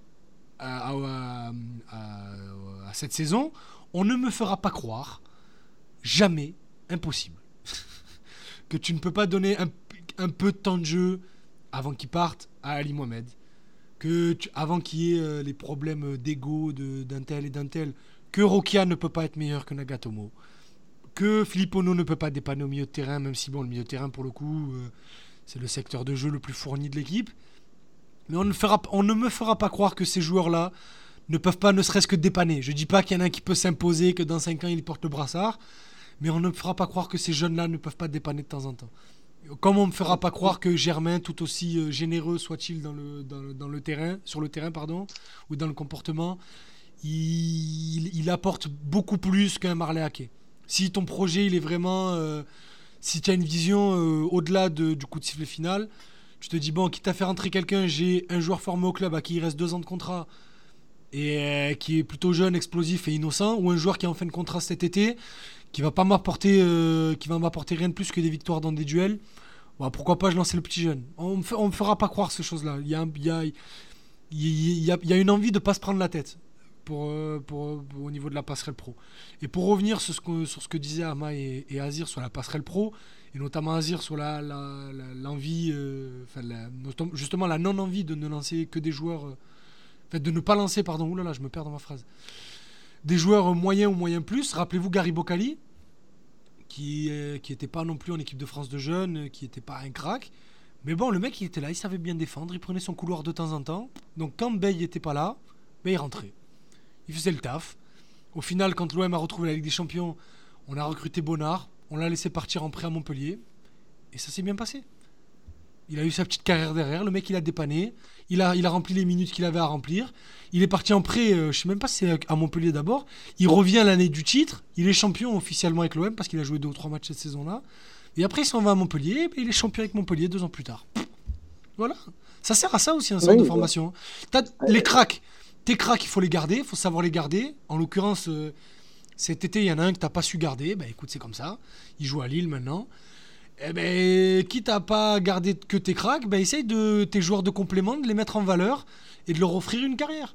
à cette saison, on ne me fera pas croire, jamais, impossible, que tu ne peux pas donner un peu de temps de jeu avant qu'il parte à Ali Mohamed, avant qu'il y ait les problèmes d'ego d'un tel et d'un tel, que Rokia ne peut pas être meilleur que Nagatomo, que Filippono ne peut pas dépanner au milieu de terrain, même si bon, le milieu de terrain pour le coup c'est le secteur de jeu le plus fourni de l'équipe. Mais on ne me fera pas croire que ces joueurs-là ne peuvent pas ne serait-ce que dépanner. Je dis pas qu'il y en a un qui peut s'imposer, que dans 5 ans il porte le brassard, mais on ne me fera pas croire que ces jeunes-là ne peuvent pas dépanner de temps en temps. Comme on ne me fera pas croire que Germain, tout aussi généreux soit-il dans le terrain, sur le terrain, ou dans le comportement, il apporte beaucoup plus qu'un Marley Haké. Si ton projet il est vraiment, si tu as une vision au-delà du coup de sifflet final, tu te dis bon, quitte à faire entrer quelqu'un, j'ai un joueur formé au club à qui il reste 2 ans de contrat et qui est plutôt jeune, explosif et innocent, ou un joueur qui est en fin de contrat cet été, qui va m'apporter rien de plus que des victoires dans des duels. Bon, pourquoi pas je lancer le petit jeune. On me fera pas croire ces choses-là. Il y a une envie de pas se prendre la tête au niveau de la passerelle pro. Et pour revenir sur ce que disaient Ama et Azir sur la passerelle pro, et notamment Azir sur l'envie, justement la non-envie de ne lancer que des joueurs, de ne pas lancer, oulala, je me perds dans ma phrase, des joueurs moyens ou moyens plus. Rappelez-vous Gary Bocali, qui était pas non plus en équipe de France de jeunes, qui était pas un crack, mais bon, le mec il était là, il savait bien défendre, il prenait son couloir de temps en temps, donc quand Bey était pas là, il rentrait, il faisait le taf. Au final, quand l'OM a retrouvé la Ligue des Champions, on a recruté Bonnard, on l'a laissé partir en prêt à Montpellier, et ça s'est bien passé. Il a eu sa petite carrière derrière, le mec il a dépanné, il a rempli les minutes qu'il avait à remplir, il est parti en prêt, je sais même pas si c'est à Montpellier d'abord, il revient l'année du titre, il est champion officiellement avec l'OM parce qu'il a joué 2 ou 3 matchs cette saison-là, et après il s'en va à Montpellier, et il est champion avec Montpellier 2 ans plus tard. Voilà, ça sert à ça aussi un centre de formation. T'as les cracks, tes cracks il faut les garder, il faut savoir les garder, en l'occurrence cet été il y en a un que t'as pas su garder, écoute c'est comme ça, il joue à Lille maintenant. Quitte à pas garder que tes cracks, essaye de tes joueurs de complément de les mettre en valeur et de leur offrir une carrière.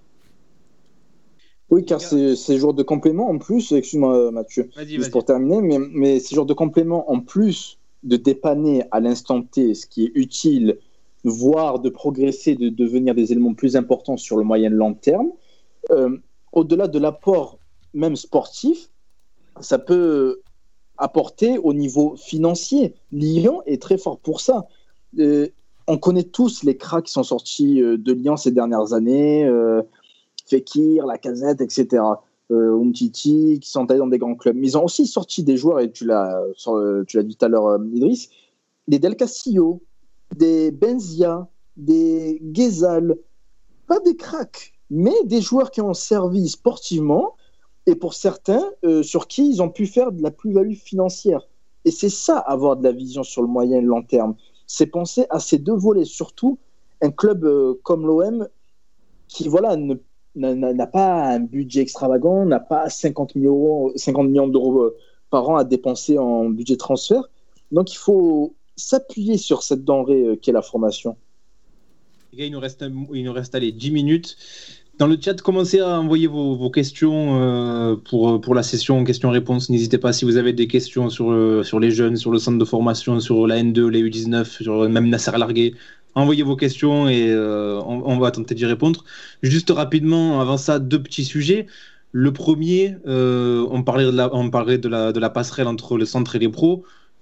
Oui, car ces joueurs de complément en plus, excuse-moi Mathieu, juste pour terminer, mais ces joueurs de complément en plus de dépanner à l'instant T ce qui est utile, voire de progresser, de devenir des éléments plus importants sur le moyen long terme, au-delà de l'apport même sportif, ça peut apporter au niveau financier. Lyon est très fort pour ça. On connaît tous les cracks qui sont sortis de Lyon ces dernières années, Fekir, Lacazette, etc. Umtiti, qui sont allés dans des grands clubs. Mais ils ont aussi sorti des joueurs, et tu l'as dit tout à l'heure, Idriss, des Del Castillo, des Benzia, des Ghezal, pas des cracks, mais des joueurs qui ont servi sportivement, et pour certains, sur qui ils ont pu faire de la plus-value financière. Et c'est ça, avoir de la vision sur le moyen et le long terme. C'est penser à ces 2 volets, surtout un club comme l'OM, qui n'a pas un budget extravagant, n'a pas 50 millions d'euros par an à dépenser en budget transfert. Donc il faut s'appuyer sur cette denrée qu'est la formation. Les gars, il nous reste 10 minutes. Dans le chat, commencez à envoyer vos questions pour la session questions-réponses. N'hésitez pas si vous avez des questions sur les jeunes, sur le centre de formation, sur la N2, les U19, sur même Nasser Largué. Envoyez vos questions et on va tenter d'y répondre. Juste rapidement, avant ça, 2 petits sujets. Le premier, on parlerait de la passerelle entre le centre et les pros.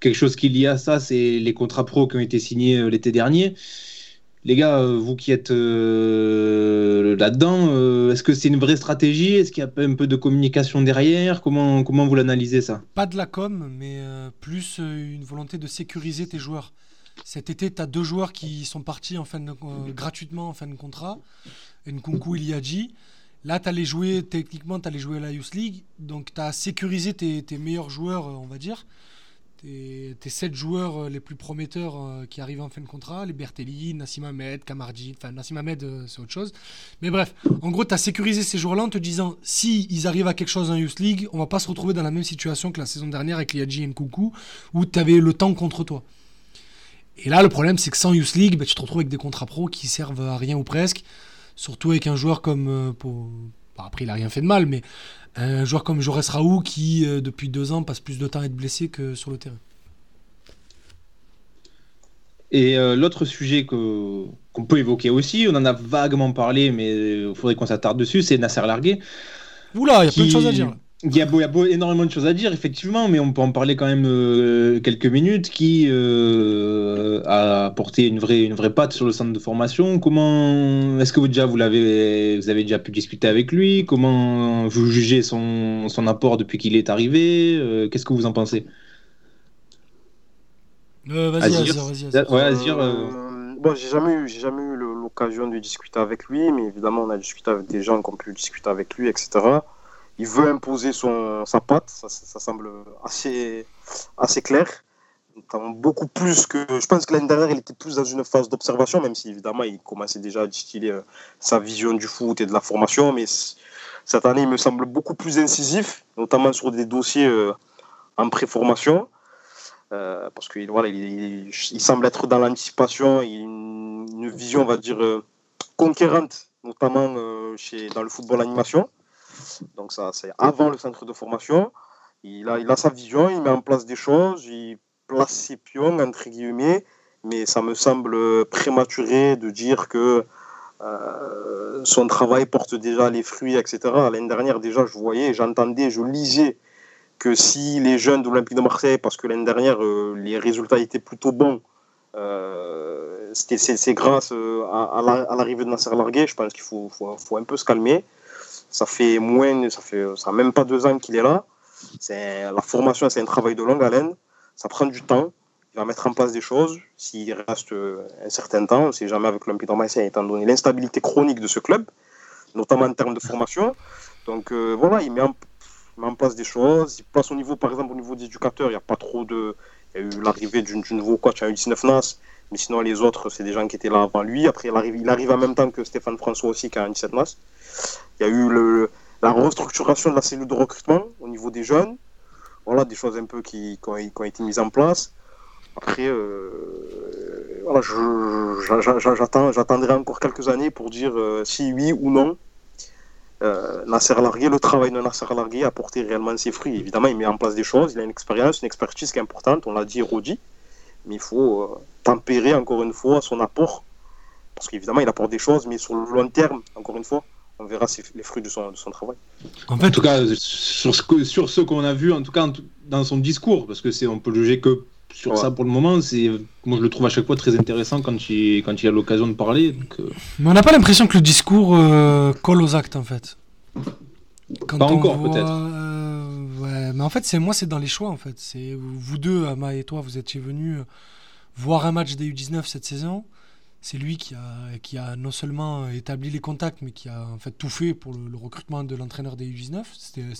quelque chose qui est lié à ça, c'est les contrats pro qui ont été signés l'été dernier. Les gars, vous qui êtes là-dedans, est-ce que c'est une vraie stratégie? Est-ce qu'il y a un peu de communication derrière? Comment vous l'analysez ça? Pas de la com, mais plus une volonté de sécuriser tes joueurs. Cet été, tu as 2 joueurs qui sont partis gratuitement en fin de contrat, Nkunku et Liadji. Là, techniquement, tu allais jouer à la Youth League, donc tu as sécurisé tes meilleurs joueurs, on va dire. Tes 7 joueurs les plus prometteurs qui arrivent en fin de contrat, les Bertelli, Nassim Hamed, Kamardji, enfin Nassim Hamed c'est autre chose. Mais bref, en gros tu as sécurisé ces joueurs-là en te disant si ils arrivent à quelque chose en Youth League, on va pas se retrouver dans la même situation que la saison dernière avec Liadji et Nkunku où tu avais le temps contre toi. Et là le problème c'est que sans Youth League, tu te retrouves avec des contrats pro qui servent à rien ou presque, surtout avec un joueur comme après il a rien fait de mal, mais un joueur comme Jorès Raoult qui, depuis 2 ans, passe plus de temps à être blessé que sur le terrain. Et l'autre sujet qu'on peut évoquer aussi, on en a vaguement parlé, mais il faudrait qu'on s'attarde dessus, c'est Nasser Largué. Oula, il y a plein de choses à dire. Là. Il y a énormément de choses à dire, effectivement, mais on peut en parler quand même quelques minutes. Qui a apporté une vraie patte sur le centre de formation. Comment est-ce que vous avez déjà pu discuter avec lui? Comment vous jugez son apport depuis qu'il est arrivé? Qu'est-ce que vous en pensez? Vas-y. Ouais, Azir. Bon, j'ai jamais eu l'occasion de discuter avec lui, mais évidemment, on a discuté avec des gens qui ont pu discuter avec lui, etc. Il veut imposer sa patte, ça semble assez clair. Notamment beaucoup plus que. Je pense que l'année dernière, il était plus dans une phase d'observation, même si évidemment, il commençait déjà à distiller sa vision du foot et de la formation. Mais cette année, il me semble beaucoup plus incisif, notamment sur des dossiers en pré-formation. Parce qu'il il semble être dans l'anticipation, une vision, on va dire, conquérante, notamment dans le football animation. Donc ça, c'est avant le centre de formation. Il a sa vision, il met en place des choses, il place ses pions, entre guillemets, mais ça me semble prématuré de dire que son travail porte déjà les fruits, etc. L'année dernière, déjà, je voyais, j'entendais, je lisais que si les jeunes de l'Olympique de Marseille, parce que l'année dernière, les résultats étaient plutôt bons, c'est grâce à l'arrivée de Nasser Largué. Je pense qu'il faut un peu se calmer. Ça a même pas 2 ans qu'il est là. La formation, c'est un travail de longue haleine. Ça prend du temps. Il va mettre en place des choses. S'il reste un certain temps, on ne sait jamais avec l'Olympique de Marseille, étant donné l'instabilité chronique de ce club, notamment en termes de formation. Donc voilà, il met en place des choses. Il place par exemple, au niveau des éducateurs, il n'y a pas trop de. Il y a eu l'arrivée du nouveau coach, il y a eu 19 Nas, mais sinon les autres, c'est des gens qui étaient là avant lui. Après, il arrive en même temps que Stéphane François aussi, qui a un 17 Nas. Il y a eu la restructuration de la cellule de recrutement au niveau des jeunes. Voilà, des choses un peu qui ont été mises en place. Après, voilà, j'attendrai encore quelques années pour dire si oui ou non Nasser Largué, le travail de Nasser Largué a porté réellement ses fruits. Évidemment, il met en place des choses, il a une expérience, une expertise qui est importante, on l'a dit et redit, mais il faut tempérer encore une fois son apport, parce qu'évidemment, il apporte des choses, mais sur le long terme, encore une fois, on verra les fruits de son travail. En tout cas, sur ce qu'on a vu, en tout cas dans son discours, parce que on peut le juger que sur ça pour le moment, moi je le trouve à chaque fois très intéressant quand il a l'occasion de parler. Donc, Mais on n'a pas l'impression que le discours colle aux actes en fait. Pas encore peut-être. Ouais, mais en fait c'est dans les choix en fait. C'est vous deux, Ama et toi, vous étiez venus voir un match des U19 cette saison. C'est lui qui a non seulement établi les contacts, mais qui a en fait tout fait pour le recrutement de l'entraîneur des U19, c'était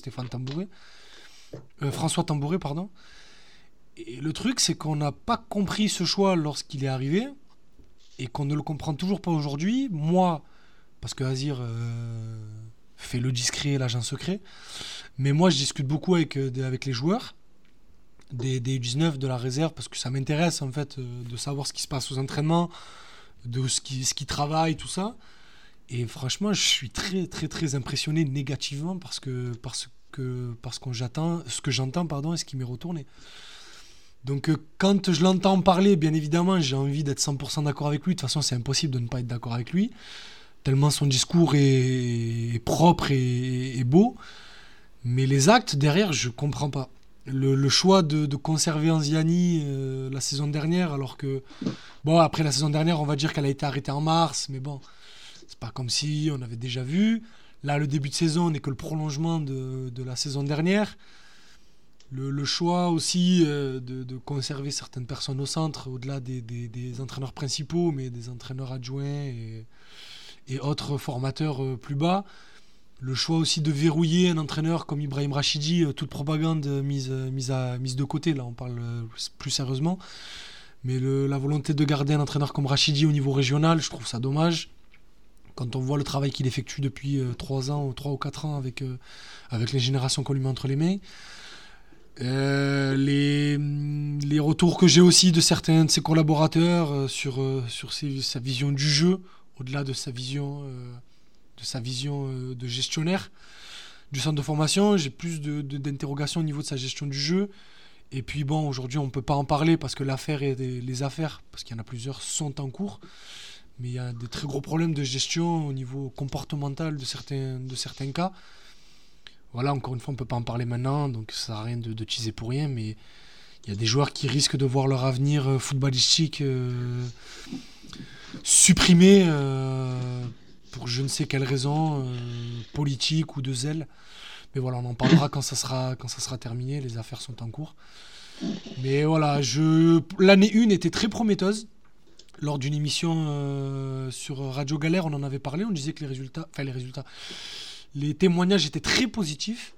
François Tambouré, pardon. Et le truc, c'est qu'on n'a pas compris ce choix lorsqu'il est arrivé, et qu'on ne le comprend toujours pas aujourd'hui. Moi, parce que Azir fait le discret, l'agent secret, mais moi je discute beaucoup avec les joueurs des U19, de la réserve, parce que ça m'intéresse en fait de savoir ce qui se passe aux entraînements, de ce qui travaille, tout ça. Et franchement, je suis très très très impressionné négativement parce que ce que j'entends et ce qui m'est retourné. Donc quand je l'entends parler, bien évidemment, j'ai envie d'être 100% d'accord avec lui. De toute façon, c'est impossible de ne pas être d'accord avec lui, tellement son discours est propre et beau. Mais les actes derrière, je comprends pas. le choix de conserver Anziani la saison dernière, alors que, bon, après la saison dernière, on va dire qu'elle a été arrêtée en mars, mais bon, c'est pas comme si on avait déjà vu. Là, le début de saison n'est que le prolongement de la saison dernière. Le choix aussi de conserver certaines personnes au centre, au-delà des entraîneurs principaux, mais des entraîneurs adjoints et autres formateurs plus bas. Le choix aussi de verrouiller un entraîneur comme Ibrahim Rachidi, toute propagande mise de côté, là on parle plus sérieusement. Mais la volonté de garder un entraîneur comme Rachidi au niveau régional, je trouve ça dommage. Quand on voit le travail qu'il effectue depuis 3 ou 4 ans avec les générations qu'on lui met entre les mains. Les retours que j'ai aussi de certains de ses collaborateurs sur sa vision du jeu, au-delà de sa vision de gestionnaire du centre de formation, j'ai plus d'interrogations au niveau de sa gestion du jeu. Et puis bon, aujourd'hui on ne peut pas en parler parce que les affaires, parce qu'il y en a plusieurs, sont en cours. Mais il y a des très gros problèmes de gestion au niveau comportemental de certains cas. Voilà, encore une fois, on ne peut pas en parler maintenant, donc ça ne sert à rien de teaser pour rien, mais il y a des joueurs qui risquent de voir leur avenir footballistique supprimé pour je ne sais quelle raison, politique ou de zèle. Mais voilà, on en parlera quand ça sera terminé, les affaires sont en cours. Mais voilà, l'année 1 était très prometteuse. Lors d'une émission sur Radio Galère, on en avait parlé, on disait que les témoignages étaient très positifs.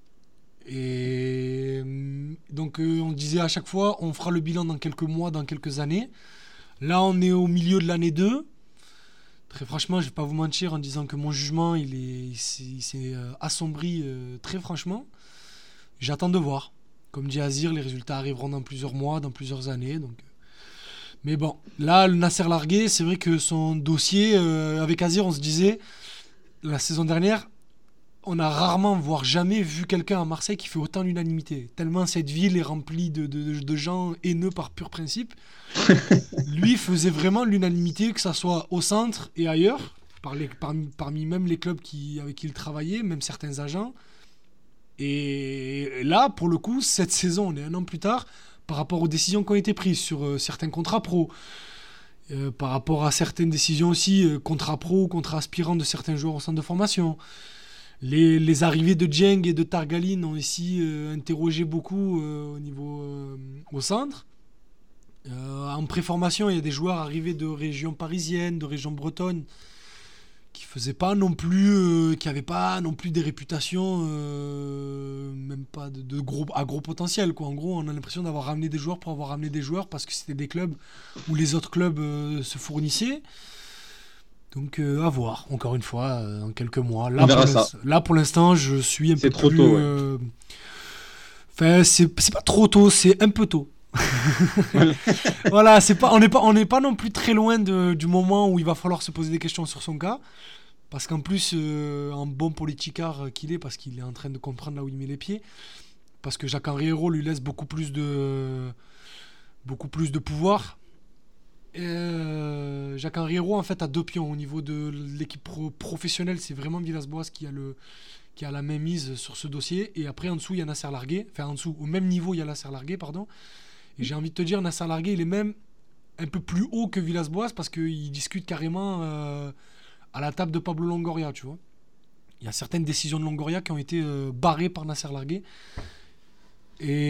Et donc on disait à chaque fois, on fera le bilan dans quelques mois, dans quelques années. Là, on est au milieu de l'année 2. Très franchement, je ne vais pas vous mentir en disant que mon jugement il s'est assombri très franchement. J'attends de voir. Comme dit Azir, les résultats arriveront dans plusieurs mois, dans plusieurs années. Donc. Mais bon, là, le Nasser Largué, c'est vrai que son dossier, avec Azir, on se disait, la saison dernière, on a rarement, voire jamais, vu quelqu'un à Marseille qui fait autant l'unanimité. Tellement cette ville est remplie de gens haineux par pur principe. Lui faisait vraiment l'unanimité, que ça soit au centre et ailleurs, parmi même les clubs avec qui il travaillait, même certains agents. Et là, pour le coup, cette saison, on est 1 an plus tard, par rapport aux décisions qui ont été prises sur certains contrats pro, par rapport à certaines décisions aussi, contrats pro, contrats aspirants de certains joueurs au centre de formation. Les arrivées de Dieng et de Targaline ont aussi interrogé beaucoup au centre. En préformation, il y a des joueurs arrivés de régions parisiennes, de régions bretonnes, qui n'avaient pas non plus des réputations, même pas à gros potentiel, quoi. En gros, on a l'impression d'avoir ramené des joueurs pour avoir ramené des joueurs parce que c'était des clubs où les autres clubs se fournissaient. Donc à voir, encore une fois, dans quelques mois. Là, pour l'instant, je suis un peu trop plus... tôt, ouais. Enfin, c'est pas trop tôt, c'est un peu tôt. Voilà, on n'est pas non plus très loin du moment où il va falloir se poser des questions sur son cas. Parce qu'en plus, un bon politicard qu'il est, parce qu'il est en train de comprendre là où il met les pieds, parce que Jacques-Henri Hérault lui laisse beaucoup plus de pouvoir. Jacques-Henri Hérault en fait a 2 pions au niveau de l'équipe professionnelle. C'est vraiment Villas-Boas qui a la main mise sur ce dossier. Et après, en dessous, il y a Nasser Largué. Enfin, en dessous, au même niveau, il y a Nasser Largué, pardon. Et j'ai envie de te dire, Nasser Largué, il est même un peu plus haut que Villas-Boas parce qu'il discute carrément à la table de Pablo Longoria, tu vois. Il y a certaines décisions de Longoria qui ont été barrées par Nasser Largué. Et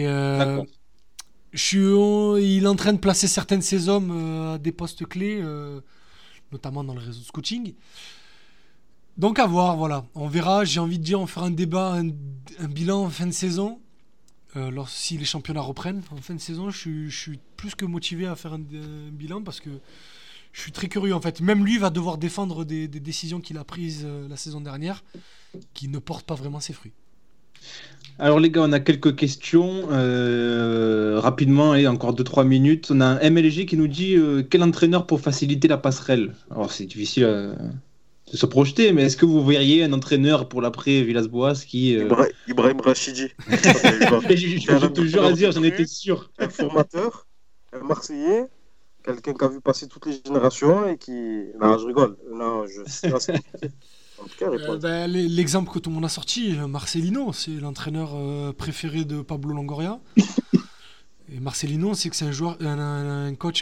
il est en train de placer certains de ses hommes à des postes clés, notamment dans le réseau de scouting. Donc à voir, voilà. On verra, j'ai envie de dire, on fera un débat, un bilan en fin de saison. Si les championnats reprennent en fin de saison, je suis plus que motivé à faire un bilan parce que je suis très curieux en fait. Même lui va devoir défendre des décisions qu'il a prises la saison dernière qui ne portent pas vraiment ses fruits. Alors les gars, on a quelques questions rapidement, et encore 2-3 minutes. On a un MLG qui nous dit quel entraîneur pour faciliter la passerelle. Alors c'est difficile de se projeter, mais est-ce que vous verriez un entraîneur pour l'après Villas-Boas qui... Ibrahim Rachidi. Je te jure à dire, j'en étais sûr. Un formateur, un Marseillais, quelqu'un qui a vu passer toutes les générations et qui... Non, je rigole. Non, c'est compliqué. En tout cas, réponse. L'exemple que tout le monde a sorti, Marcelino, c'est l'entraîneur préféré de Pablo Longoria. Et Marcelino, c'est que c'est un joueur, un coach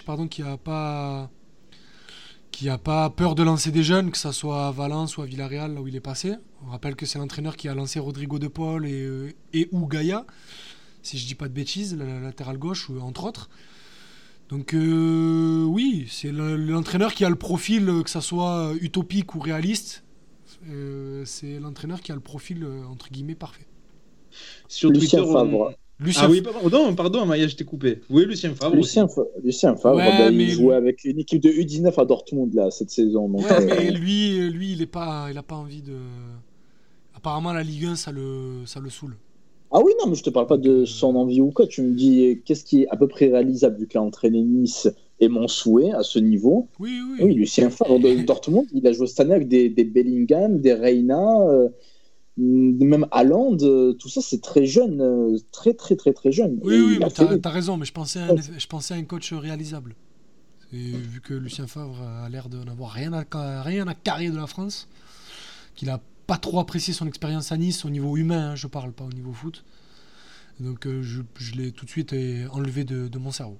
qui a pas peur de lancer des jeunes, que ça soit à Valence ou à Villarreal, là où il est passé. On rappelle que c'est l'entraîneur qui a lancé Rodrigo de Paul et ou Gaïa, si je dis pas de bêtises, la latéral gauche, entre autres. Donc oui, c'est l'entraîneur qui a le profil, que ça soit utopique ou réaliste, c'est l'entraîneur qui a le profil, entre guillemets, parfait. Sur Lucien Twitter, Favre. Ah oui, pardon, Maya, je t'ai coupé. Oui, Lucien Favre. Lucien Favre, Ouais, il mais- jouait avec une équipe de U19 à Dortmund là, cette saison. Donc, Ouais, mais lui, il a pas envie de. Apparemment, la Ligue 1, ça le saoule. Ah oui, non, mais je te parle pas de son envie ou quoi. Tu me dis qu'est-ce qui est à peu près réalisable vu qu'il a entraîné Nice et mon souhait à ce niveau. Oui. Oui, Lucien Favre de Dortmund, il a joué cette année avec des Bellingham, des Reina, même Haaland, tout ça c'est très jeune, très jeune. Et Oui, il a mais fait- t'as raison, mais je pensais à un coach réalisable. Et vu que Lucien Favre a l'air de n'avoir rien à carrer de la France, qu'il a pas trop apprécié son expérience à Nice au niveau humain, je parle pas au niveau foot. Donc je l'ai tout de suite enlevé de mon cerveau.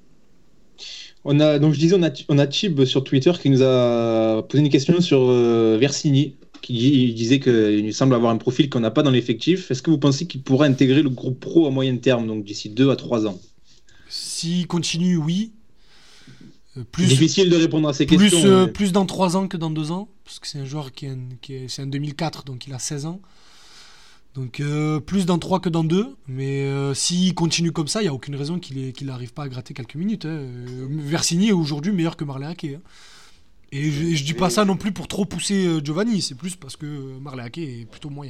Donc je disais, on a Chib sur Twitter qui nous a posé une question sur Versini, il disait qu'il semble avoir un profil qu'on n'a pas dans l'effectif. Est-ce que vous pensez qu'il pourrait intégrer le groupe pro à moyen terme, donc d'ici 2 à 3 ans? S'il continue, oui. C'est difficile de répondre à ces questions. Mais... Plus dans 3 ans que dans 2 ans, parce que c'est un joueur c'est un 2004, donc il a 16 ans. Donc plus dans 3 que dans 2, mais s'il continue comme ça, il n'y a aucune raison qu'il n'arrive pas à gratter quelques minutes. Versini est aujourd'hui meilleur que Marlehaque. Et je dis pas ça non plus pour trop pousser Giovanni, c'est plus parce que Marlehaque est plutôt moyen.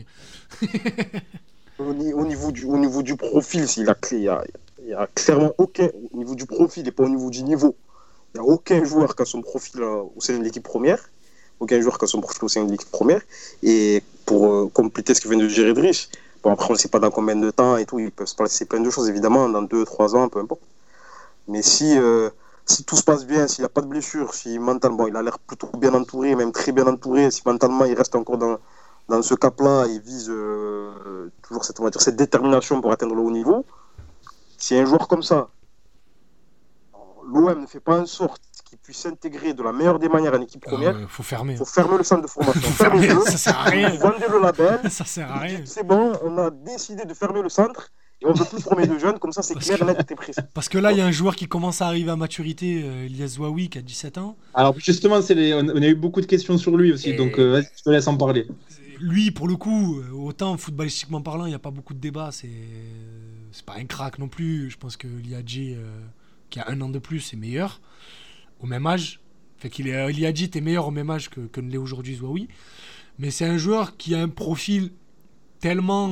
Au niveau du profil, il y a clairement aucun. Au niveau du profil et pas au niveau du niveau. Il n'y a aucun joueur qui a son profil au sein de l'équipe première. Aucun joueur qui a son profil au sein de l'équipe première. Et pour compléter ce que vient de dire Edrich, bon, après on ne sait pas dans combien de temps et tout, il peut se passer plein de choses évidemment, dans 2-3 ans, peu importe. Mais si tout se passe bien, s'il n'a pas de blessure, si mentalement il a l'air plutôt bien entouré, même très bien entouré, si mentalement il reste encore dans ce cap-là et vise toujours cette détermination pour atteindre le haut niveau, si un joueur comme ça, l'OM ne fait pas en sorte qu'il puisse s'intégrer de la meilleure des manières en équipe première, faut fermer. Faut fermer le centre de formation. Fermer, ça sert à rien. Vendez le label. Ça sert à rien. C'est bon, on a décidé de fermer le centre et on veut plus former de jeunes, comme ça c'est clair, net et précis. Parce que là, il y a un joueur qui commence à arriver à maturité, Elias Zouaoui, qui a 17 ans. Alors justement, on a eu beaucoup de questions sur lui aussi, donc vas-y, je te laisse en parler. Lui, pour le coup, autant footballistiquement parlant, il n'y a pas beaucoup de débat. C'est pas un crack non plus. Je pense que Liadji, qui a 1 an de plus, est meilleur au même âge. Fait Liadji était meilleur au même âge que ne l'est aujourd'hui Zouaoui. Mais c'est un joueur qui a un profil tellement...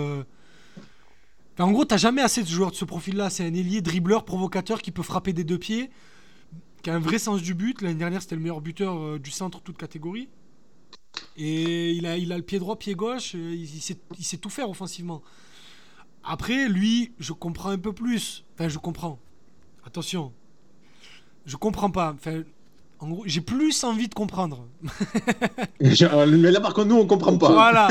en gros, t'as jamais assez de joueurs de ce profil-là. C'est un ailier dribbleur, provocateur, qui peut frapper des 2 pieds, qui a un vrai sens du but. L'année dernière, c'était le meilleur buteur du centre, toute catégorie. Et il a le pied droit, pied gauche, il sait tout faire offensivement. Après, lui, je comprends un peu plus. Enfin, je comprends. Attention. Je comprends pas. Enfin, en gros, j'ai plus envie de comprendre. Mais là, par contre, nous, on comprend pas. Voilà.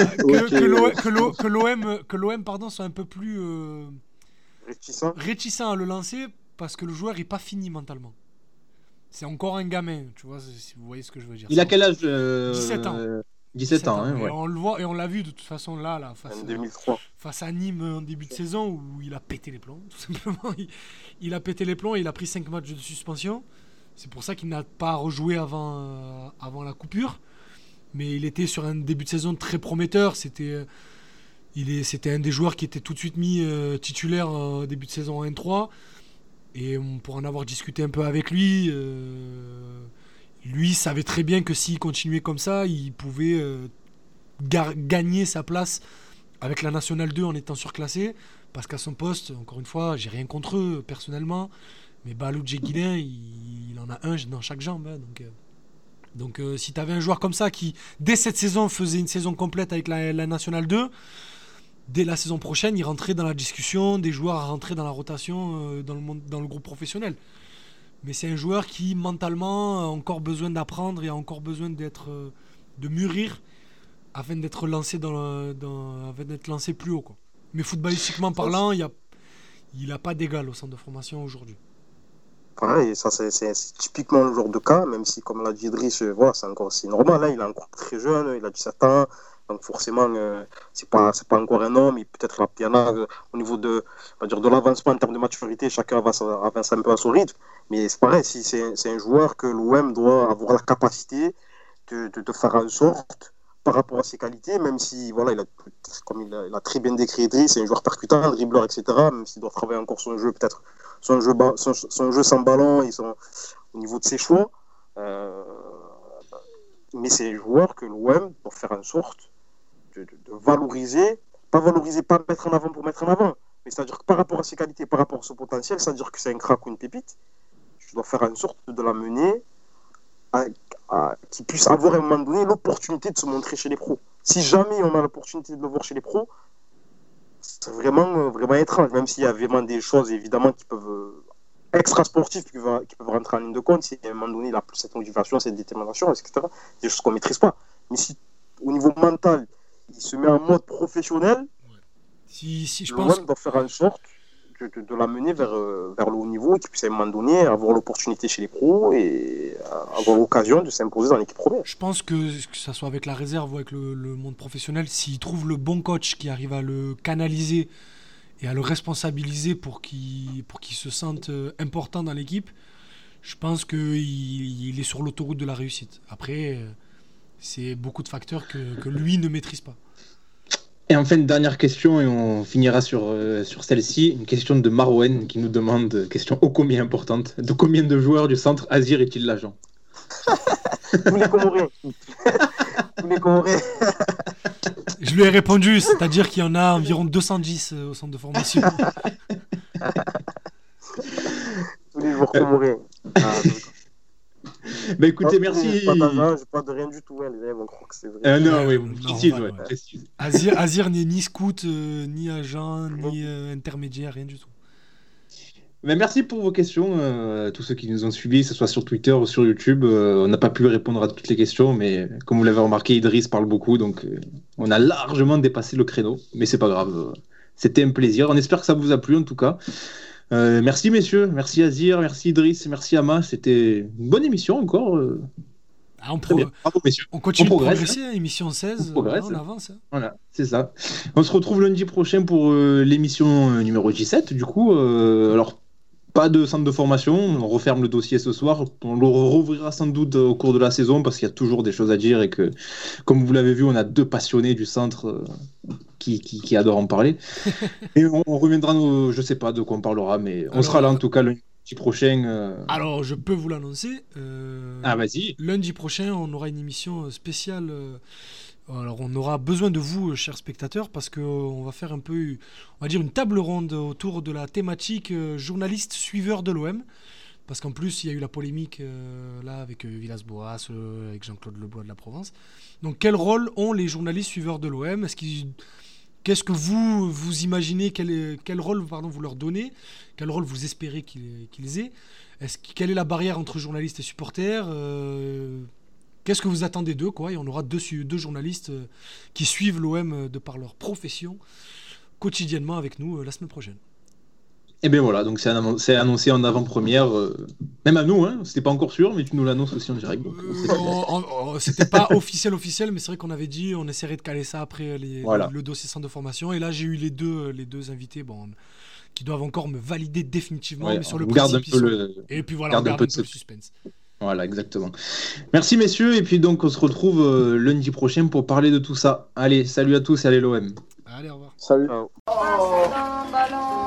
Que l'OM, pardon, soit un peu plus réticent à le lancer parce que le joueur est pas fini mentalement. C'est encore un gamin, tu vois, si vous voyez ce que je veux dire. Il a quel âge 17 ans. 17 ans, hein, ouais. Et on le voit et on l'a vu de toute façon là face à Nîmes en début de saison où il a pété les plombs, tout simplement. Il a pété les plombs et il a pris 5 matchs de suspension. C'est pour ça qu'il n'a pas rejoué avant la coupure. Mais il était sur un début de saison très prometteur. C'était un des joueurs qui était tout de suite mis titulaire en début de saison en N3. Et pour en avoir discuté un peu avec lui, lui savait très bien que s'il continuait comme ça, il pouvait gagner sa place avec la Nationale 2 en étant surclassé. Parce qu'à son poste, encore une fois, j'ai rien contre eux personnellement, mais Baloudj et Guilain, il en a un dans chaque jambe. Hein, donc si tu avais un joueur comme ça qui, dès cette saison, faisait une saison complète avec la Nationale 2, dès la saison prochaine, il rentrait dans la discussion des joueurs à rentrer dans la rotation dans le groupe professionnel. Mais c'est un joueur qui, mentalement, a encore besoin d'apprendre et a encore besoin de mûrir afin d'être lancé afin d'être lancé plus haut, quoi. Mais footballistiquement parlant, il a pas d'égal au centre de formation aujourd'hui. Ouais, et ça, c'est typiquement le genre de cas, même si, comme l'a dit Idriss, voilà, c'est normal, hein, il est encore très jeune, il a 17 ans, donc forcément, c'est pas encore un homme, et peut-être il y en a au niveau de l'avancement en termes de maturité, chacun avance un peu à son rythme, mais c'est pareil, si c'est un joueur que l'OM doit avoir la capacité de faire en sorte, par rapport à ses qualités, même si, voilà, comme il a très bien décrit Idriss, c'est un joueur percutant, dribbleur, etc., même s'il doit travailler encore son jeu, peut-être son jeu sans ballon et au niveau de ses choix. Mais c'est un joueur que l'OM doit faire en sorte de valoriser, pas mettre en avant pour mettre en avant, mais c'est-à-dire que par rapport à ses qualités, par rapport à son potentiel, c'est-à-dire que c'est un crack ou une pépite, je dois faire en sorte de l'amener qu'il puisse avoir à un moment donné l'opportunité de se montrer chez les pros. Si jamais on a l'opportunité de le voir chez les pros, c'est vraiment, vraiment étrange, même s'il y a vraiment des choses évidemment qui peuvent extra-sportives qui peuvent rentrer en ligne de compte, si à un moment donné il a plus cette motivation, cette détermination, etc. Des choses qu'on ne maîtrise pas. Mais si au niveau mental, il se met en mode professionnel, si je l'OM pense doit faire en sorte de l'amener vers le haut niveau, qu'il puisse à un moment donné avoir l'opportunité chez les pros et avoir l'occasion de s'imposer dans l'équipe première. Je pense que ça soit avec la réserve ou avec le monde professionnel, s'il trouve le bon coach qui arrive à le canaliser et à le responsabiliser pour qu'il se sente important dans l'équipe, je pense qu'il est sur l'autoroute de la réussite. Après, c'est beaucoup de facteurs que lui ne maîtrise pas. Et enfin, une dernière question, et on finira sur celle-ci. Une question de Marouane qui nous demande, question ô combien importante, de combien de joueurs du centre Azir est-il l'agent? Tous les Comoriens. Tous les Comoriens. Je lui ai répondu, c'est-à-dire qu'il y en a environ 210 au centre de formation. Tous les joueurs Comoriens. Bah écoutez, merci. Pas d'agent, je parle de rien du tout, hein, les élèves, on croit que c'est vrai. Non, oui, Non, précise, ouais. précise. Azir n'est ni scout, ni agent, ni intermédiaire, rien du tout. Mais merci pour vos questions, tous ceux qui nous ont suivis, que ce soit sur Twitter ou sur YouTube. On n'a pas pu répondre à toutes les questions, mais comme vous l'avez remarqué, Idriss parle beaucoup, donc on a largement dépassé le créneau. Mais c'est pas grave, c'était un plaisir. On espère que ça vous a plu en tout cas. Merci messieurs, merci Azir, merci Idriss, merci Ama. C'était une bonne émission encore. Très bien. Bravo messieurs. On continue de progresse, progresser, émission 16, on avance. Hein. Voilà, c'est ça. On se retrouve lundi prochain pour l'émission numéro 17. Du coup, alors pas de centre de formation, on referme le dossier ce soir. On le rouvrira sans doute au cours de la saison parce qu'il y a toujours des choses à dire et que, comme vous l'avez vu, on a deux passionnés du centre qui adorent en parler. Et on reviendra, je sais pas de quoi on parlera, mais on sera là en tout cas lundi prochain. Alors, je peux vous l'annoncer. Vas-y. Lundi prochain, on aura une émission spéciale. Alors, on aura besoin de vous, chers spectateurs, parce qu'on va faire un peu, on va dire, une table ronde autour de la thématique journaliste suiveur de l'OM. Parce qu'en plus, il y a eu la polémique là avec Villas-Boas, avec Jean-Claude Lebois de la Provence. Donc, quel rôle ont les journalistes suiveurs de l'OM? Qu'est-ce que vous imaginez, quel rôle vous leur donnez? Quel rôle vous espérez qu'ils aient? Quelle est la barrière entre journalistes et supporters? Qu'est-ce que vous attendez d'eux, quoi? Et on aura deux journalistes qui suivent l'OM de par leur profession quotidiennement avec nous la semaine prochaine. Et bien voilà, donc c'est annoncé en avant-première, même à nous, hein, c'était pas encore sûr, mais tu nous l'annonces aussi en direct. Donc, c'était pas officiel, mais c'est vrai qu'on avait dit on essaierait de caler ça après le dossier centre de formation. Et là, j'ai eu les deux invités, qui doivent encore me valider définitivement, mais sur le principe. Et puis voilà, on garde un peu le suspense. Voilà, exactement. Merci messieurs, et puis donc on se retrouve lundi prochain pour parler de tout ça. Allez, salut à tous et allez l'OM. Allez, au revoir. Salut. Ciao. Passe ton ballon.